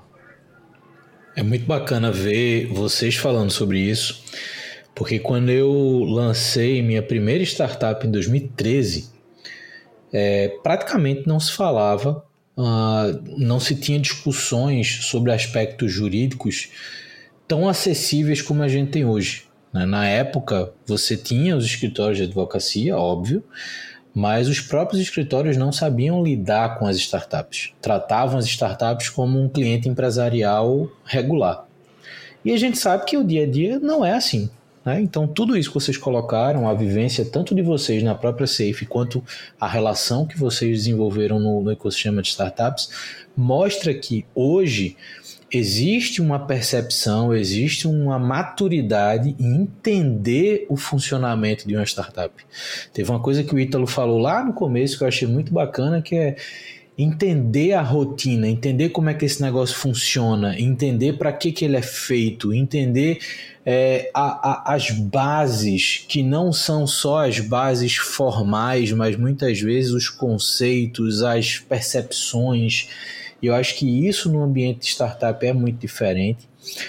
É muito bacana ver vocês falando sobre isso, porque quando eu lancei minha primeira startup em dois mil e treze, é, praticamente não se falava, Uh, não se tinha discussões sobre aspectos jurídicos tão acessíveis como a gente tem hoje, né? Na época, você tinha os escritórios de advocacia, óbvio, mas os próprios escritórios não sabiam lidar com as startups. Tratavam as startups como um cliente empresarial regular. E a gente sabe que o dia a dia não é assim, né? Então, tudo isso que vocês colocaram, a vivência tanto de vocês na própria Safe, quanto a relação que vocês desenvolveram no, no ecossistema de startups, mostra que hoje existe uma percepção, existe uma maturidade em entender o funcionamento de uma startup. Teve uma coisa que o Ítalo falou lá no começo que eu achei muito bacana, que é entender a rotina, entender como é que esse negócio funciona, entender para que, que ele é feito, entender é, a, a, as bases, que não são só as bases formais, mas muitas vezes os conceitos, as percepções. E eu acho que isso no ambiente de startup é muito diferente.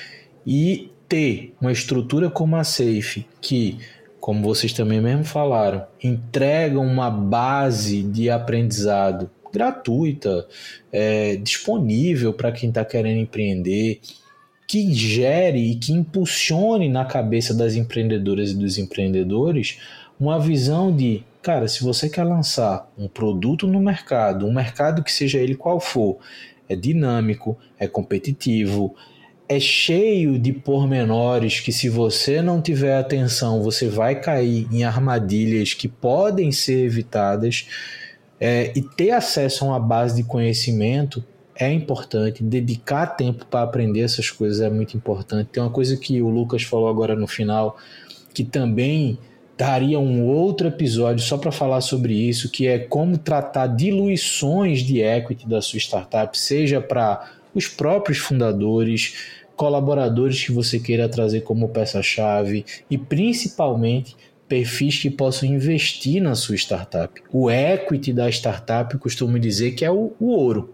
E ter uma estrutura como a Safe, que, como vocês também mesmo falaram, entrega uma base de aprendizado gratuita, é, disponível para quem está querendo empreender, que gere e que impulsione na cabeça das empreendedoras e dos empreendedores uma visão de, cara, se você quer lançar um produto no mercado, um mercado que seja ele qual for, é dinâmico, é competitivo, é cheio de pormenores que, se você não tiver atenção, você vai cair em armadilhas que podem ser evitadas. É, e ter acesso a uma base de conhecimento é importante, dedicar tempo para aprender essas coisas é muito importante. Tem uma coisa que o Lucas falou agora no final, que também daria um outro episódio só para falar sobre isso, que é como tratar diluições de equity da sua startup, seja para os próprios fundadores, colaboradores que você queira trazer como peça-chave e principalmente perfis que possam investir na sua startup. O equity da startup, costumo dizer que é o, o ouro.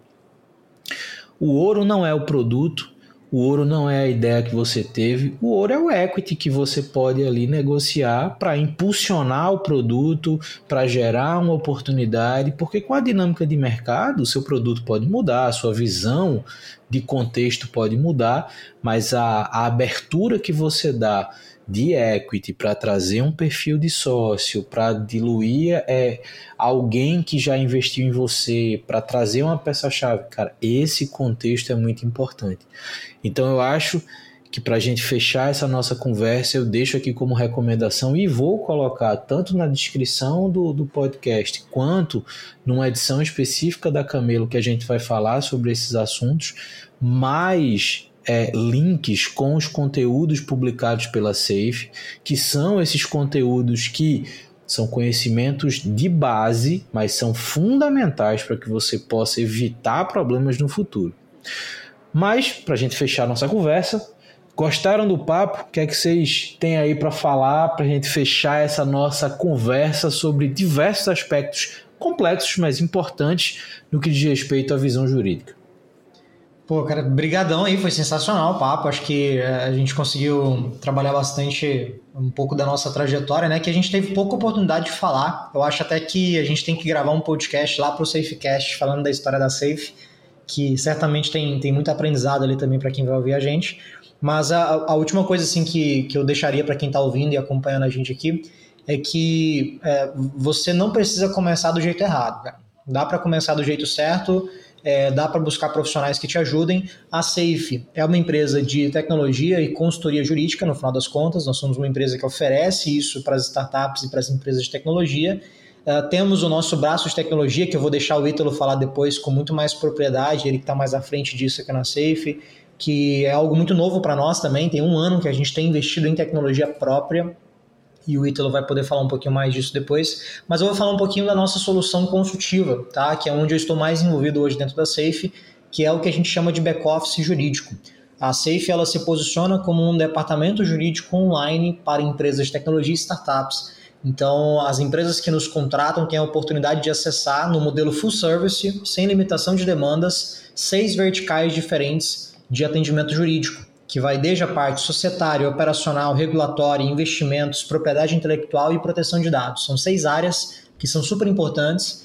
O ouro não é o produto, o ouro não é a ideia que você teve, o ouro é o equity que você pode ali negociar para impulsionar o produto, para gerar uma oportunidade, porque com a dinâmica de mercado, o seu produto pode mudar, a sua visão de contexto pode mudar, mas a, a abertura que você dá de equity para trazer um perfil de sócio, para diluir é, alguém que já investiu em você, para trazer uma peça-chave, cara, esse contexto é muito importante. Então eu acho que para a gente fechar essa nossa conversa, eu deixo aqui como recomendação e vou colocar tanto na descrição do, do podcast, quanto numa edição específica da Camelo que a gente vai falar sobre esses assuntos, mais é, links com os conteúdos publicados pela Safe, que são esses conteúdos que são conhecimentos de base, mas são fundamentais para que você possa evitar problemas no futuro. Mas, para a gente fechar a nossa conversa, gostaram do papo? O que é que vocês têm aí para falar para a gente fechar essa nossa conversa sobre diversos aspectos complexos, mas importantes no que diz respeito à visão jurídica? Pô, cara, brigadão aí, foi sensacional o papo. Acho que a gente conseguiu trabalhar bastante um pouco da nossa trajetória, né? Que a gente teve pouca oportunidade de falar. Eu acho até que a gente tem que gravar um podcast lá para o SafeCast falando da história da Safe, que certamente tem, tem muito aprendizado ali também para quem vai ouvir a gente. Mas a, a última coisa assim, que, que eu deixaria para quem está ouvindo e acompanhando a gente aqui é que é, você não precisa começar do jeito errado, cara. Dá para começar do jeito certo, é, dá para buscar profissionais que te ajudem. A Safe é uma empresa de tecnologia e consultoria jurídica, no final das contas. Nós somos uma empresa que oferece isso para as startups e para as empresas de tecnologia. Uh, temos o nosso braço de tecnologia, que eu vou deixar o Ítalo falar depois com muito mais propriedade, ele que está mais à frente disso aqui na Safe, que é algo muito novo para nós também. Tem um ano que a gente tem investido em tecnologia própria, e o Ítalo vai poder falar um pouquinho mais disso depois, mas eu vou falar um pouquinho da nossa solução consultiva, tá? Que é onde eu estou mais envolvido hoje dentro da Safe, que é o que a gente chama de back-office jurídico. A Safe ela se posiciona como um departamento jurídico online para empresas de tecnologia e startups. Então, as empresas que nos contratam têm a oportunidade de acessar no modelo full service, sem limitação de demandas, seis verticais diferentes de atendimento jurídico, que vai desde a parte societária, operacional, regulatória, investimentos, propriedade intelectual e proteção de dados. São seis áreas que são super importantes,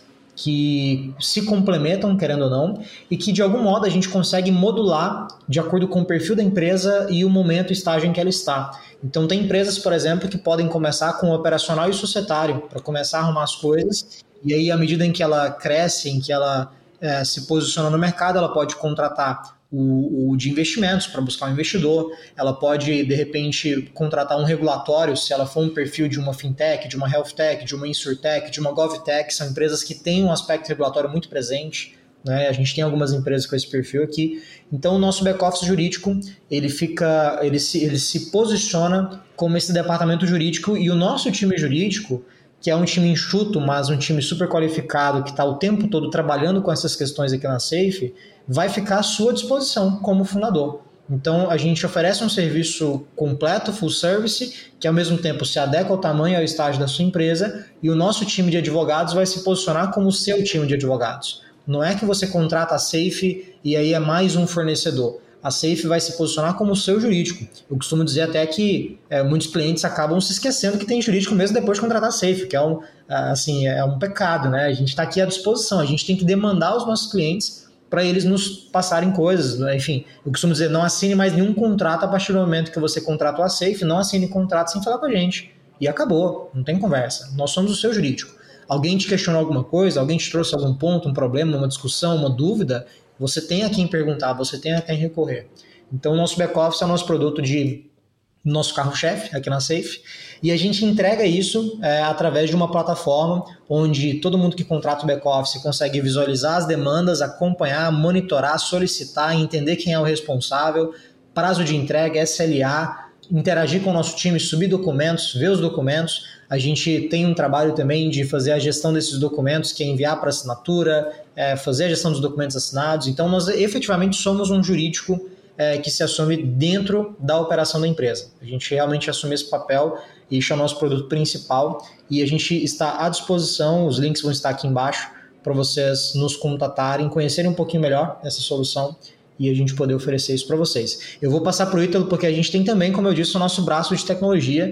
que se complementam, querendo ou não, e que de algum modo a gente consegue modular de acordo com o perfil da empresa e o momento e estágio em que ela está. Então tem empresas, por exemplo, que podem começar com o operacional e o societário, para começar a arrumar as coisas, e aí à medida em que ela cresce, em que ela é, se posiciona no mercado, ela pode contratar O, o de investimentos para buscar um investidor, ela pode de repente contratar um regulatório se ela for um perfil de uma fintech, de uma health tech, de uma insurtech, de uma govtech, são empresas que têm um aspecto regulatório muito presente, né? A gente tem algumas empresas com esse perfil aqui. Então o nosso back-office jurídico ele fica, ele se, ele se posiciona como esse departamento jurídico, e o nosso time jurídico, que é um time enxuto, mas um time super qualificado, que está o tempo todo trabalhando com essas questões aqui na Safe, vai ficar à sua disposição como fundador. Então, a gente oferece um serviço completo, full service, que ao mesmo tempo se adequa ao tamanho e ao estágio da sua empresa, e o nosso time de advogados vai se posicionar como o seu time de advogados. Não é que você contrata a Safe e aí é mais um fornecedor. A Safe vai se posicionar como o seu jurídico. Eu costumo dizer até que é, muitos clientes acabam se esquecendo que tem jurídico mesmo depois de contratar a Safe, que é um, assim, é um pecado, né? A gente está aqui à disposição, a gente tem que demandar aos nossos clientes para eles nos passarem coisas, né? Enfim, eu costumo dizer, não assine mais nenhum contrato a partir do momento que você contratou a Safe, não assine contrato sem falar com a gente. E acabou, não tem conversa. Nós somos o seu jurídico. Alguém te questionou alguma coisa, alguém te trouxe algum ponto, um problema, uma discussão, uma dúvida, você tem a quem perguntar, você tem a quem recorrer. Então, o nosso back-office é o nosso produto de nosso carro-chefe aqui na Safe, e a gente entrega isso é, através de uma plataforma onde todo mundo que contrata o back-office consegue visualizar as demandas, acompanhar, monitorar, solicitar, entender quem é o responsável, prazo de entrega, S L A, interagir com o nosso time, subir documentos, ver os documentos. A gente tem um trabalho também de fazer a gestão desses documentos, que é enviar para assinatura, é, fazer a gestão dos documentos assinados. Então, nós efetivamente somos um jurídico é, que se assume dentro da operação da empresa. A gente realmente assume esse papel e isso é o nosso produto principal. E a gente está à disposição, os links vão estar aqui embaixo, para vocês nos contatarem, conhecerem um pouquinho melhor essa solução e a gente poder oferecer isso para vocês. Eu vou passar para o Ítalo, porque a gente tem também, como eu disse, o nosso braço de tecnologia,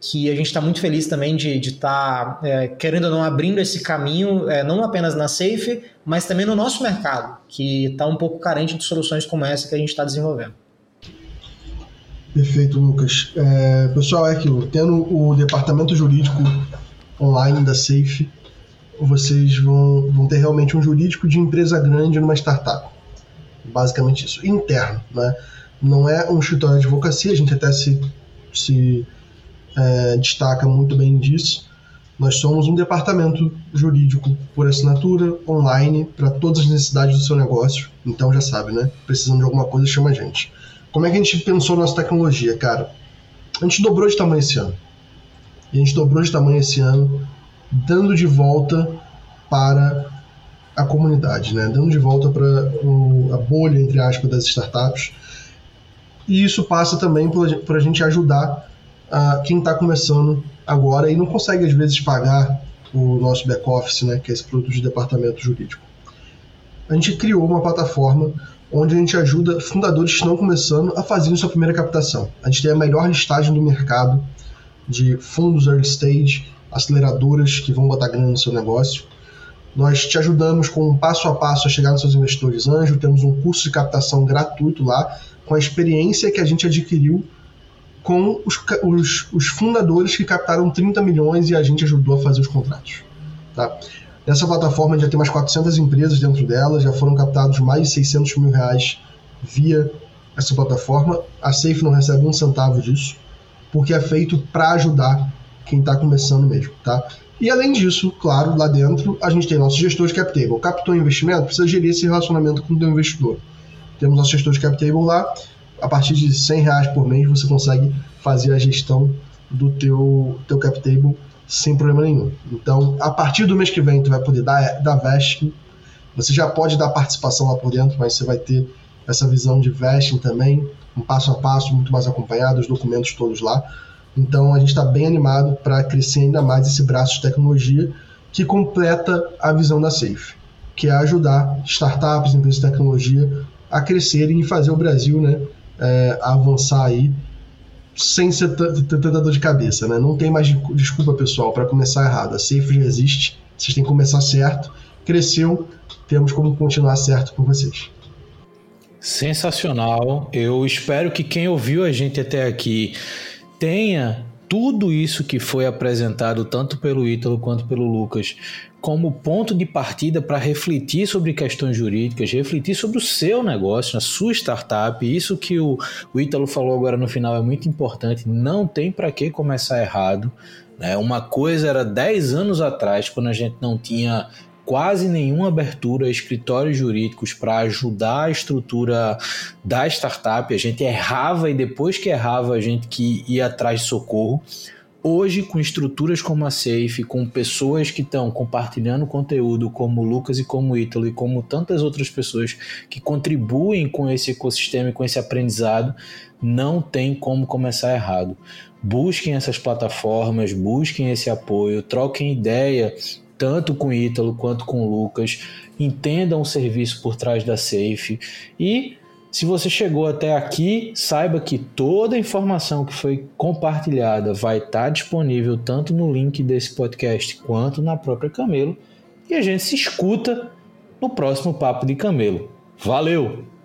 que a gente está muito feliz também de estar, tá, é, querendo ou não, abrindo esse caminho, é, não apenas na Safe, mas também no nosso mercado, que está um pouco carente de soluções como essa que a gente está desenvolvendo. Perfeito, Lucas. É, pessoal, é aquilo, tendo o departamento jurídico online da Safe, vocês vão, vão ter realmente um jurídico de empresa grande numa startup. Basicamente isso. Interno, né? Não é um escritório de advocacia, a gente até se, se é, destaca muito bem disso. Nós somos um departamento jurídico por assinatura, online, para todas as necessidades do seu negócio. Então já sabe, né? Precisando de alguma coisa, chama a gente. Como é que a gente pensou nossa tecnologia, cara? A gente dobrou de tamanho esse ano. E a gente dobrou de tamanho esse ano dando de volta para a comunidade, né? Dando de volta para a bolha, entre aspas, das startups. E isso passa também por, por a gente ajudar uh, quem está começando agora e não consegue, às vezes, pagar o nosso back-office, né? Que é esse produto de departamento jurídico. A gente criou uma plataforma onde a gente ajuda fundadores que estão começando a fazer sua primeira captação. A gente tem a melhor listagem do mercado de fundos early stage, aceleradoras que vão botar grana no seu negócio. Nós te ajudamos com um passo a passo a chegar nos seus investidores anjo, temos um curso de captação gratuito lá, com a experiência que a gente adquiriu com os, os, os fundadores que captaram trinta milhões e a gente ajudou a fazer os contratos. Tá? Nessa plataforma a gente já tem mais quatrocentas empresas dentro dela, já foram captados mais de seiscentos mil reais via essa plataforma. A Safe não recebe um centavo disso, porque é feito para ajudar quem está começando mesmo, tá? E além disso, claro, lá dentro a gente tem nosso gestor de cap table. Captou investimento, precisa gerir esse relacionamento com o teu investidor. Temos nosso gestor de cap table lá. A partir de cem reais por mês você consegue fazer a gestão do teu, teu cap table sem problema nenhum. Então, a partir do mês que vem tu vai poder dar, dar vesting. Você já pode dar participação lá por dentro, mas você vai ter essa visão de vesting também, um passo a passo muito mais acompanhado, os documentos todos lá. Então a gente está bem animado para crescer ainda mais esse braço de tecnologia que completa a visão da Safe, que é ajudar startups, empresas de tecnologia a crescerem e fazer o Brasil, né, é, avançar aí sem ser tanta dor de cabeça, né? Não tem mais desculpa, pessoal, para começar errado. A Safe já existe, vocês têm que começar certo. Cresceu, temos como continuar certo com vocês. Sensacional. Eu espero que quem ouviu a gente até aqui tenha tudo isso que foi apresentado tanto pelo Ítalo quanto pelo Lucas como ponto de partida para refletir sobre questões jurídicas, refletir sobre o seu negócio, a sua startup. Isso que o, o Ítalo falou agora no final é muito importante. Não tem para que começar errado, né? Uma coisa era dez anos atrás, quando a gente não tinha quase nenhuma abertura a escritórios jurídicos para ajudar a estrutura da startup. A gente errava e depois que errava a gente que ia atrás de socorro. Hoje, com estruturas como a Safe, com pessoas que estão compartilhando conteúdo como o Lucas e como o Ítalo e como tantas outras pessoas que contribuem com esse ecossistema e com esse aprendizado, não tem como começar errado. Busquem essas plataformas, busquem esse apoio, troquem ideia tanto com o Ítalo quanto com o Lucas, entendam o serviço por trás da Safe e se você chegou até aqui, saiba que toda a informação que foi compartilhada vai estar disponível tanto no link desse podcast quanto na própria Camelo e a gente se escuta no próximo Papo de Camelo. Valeu!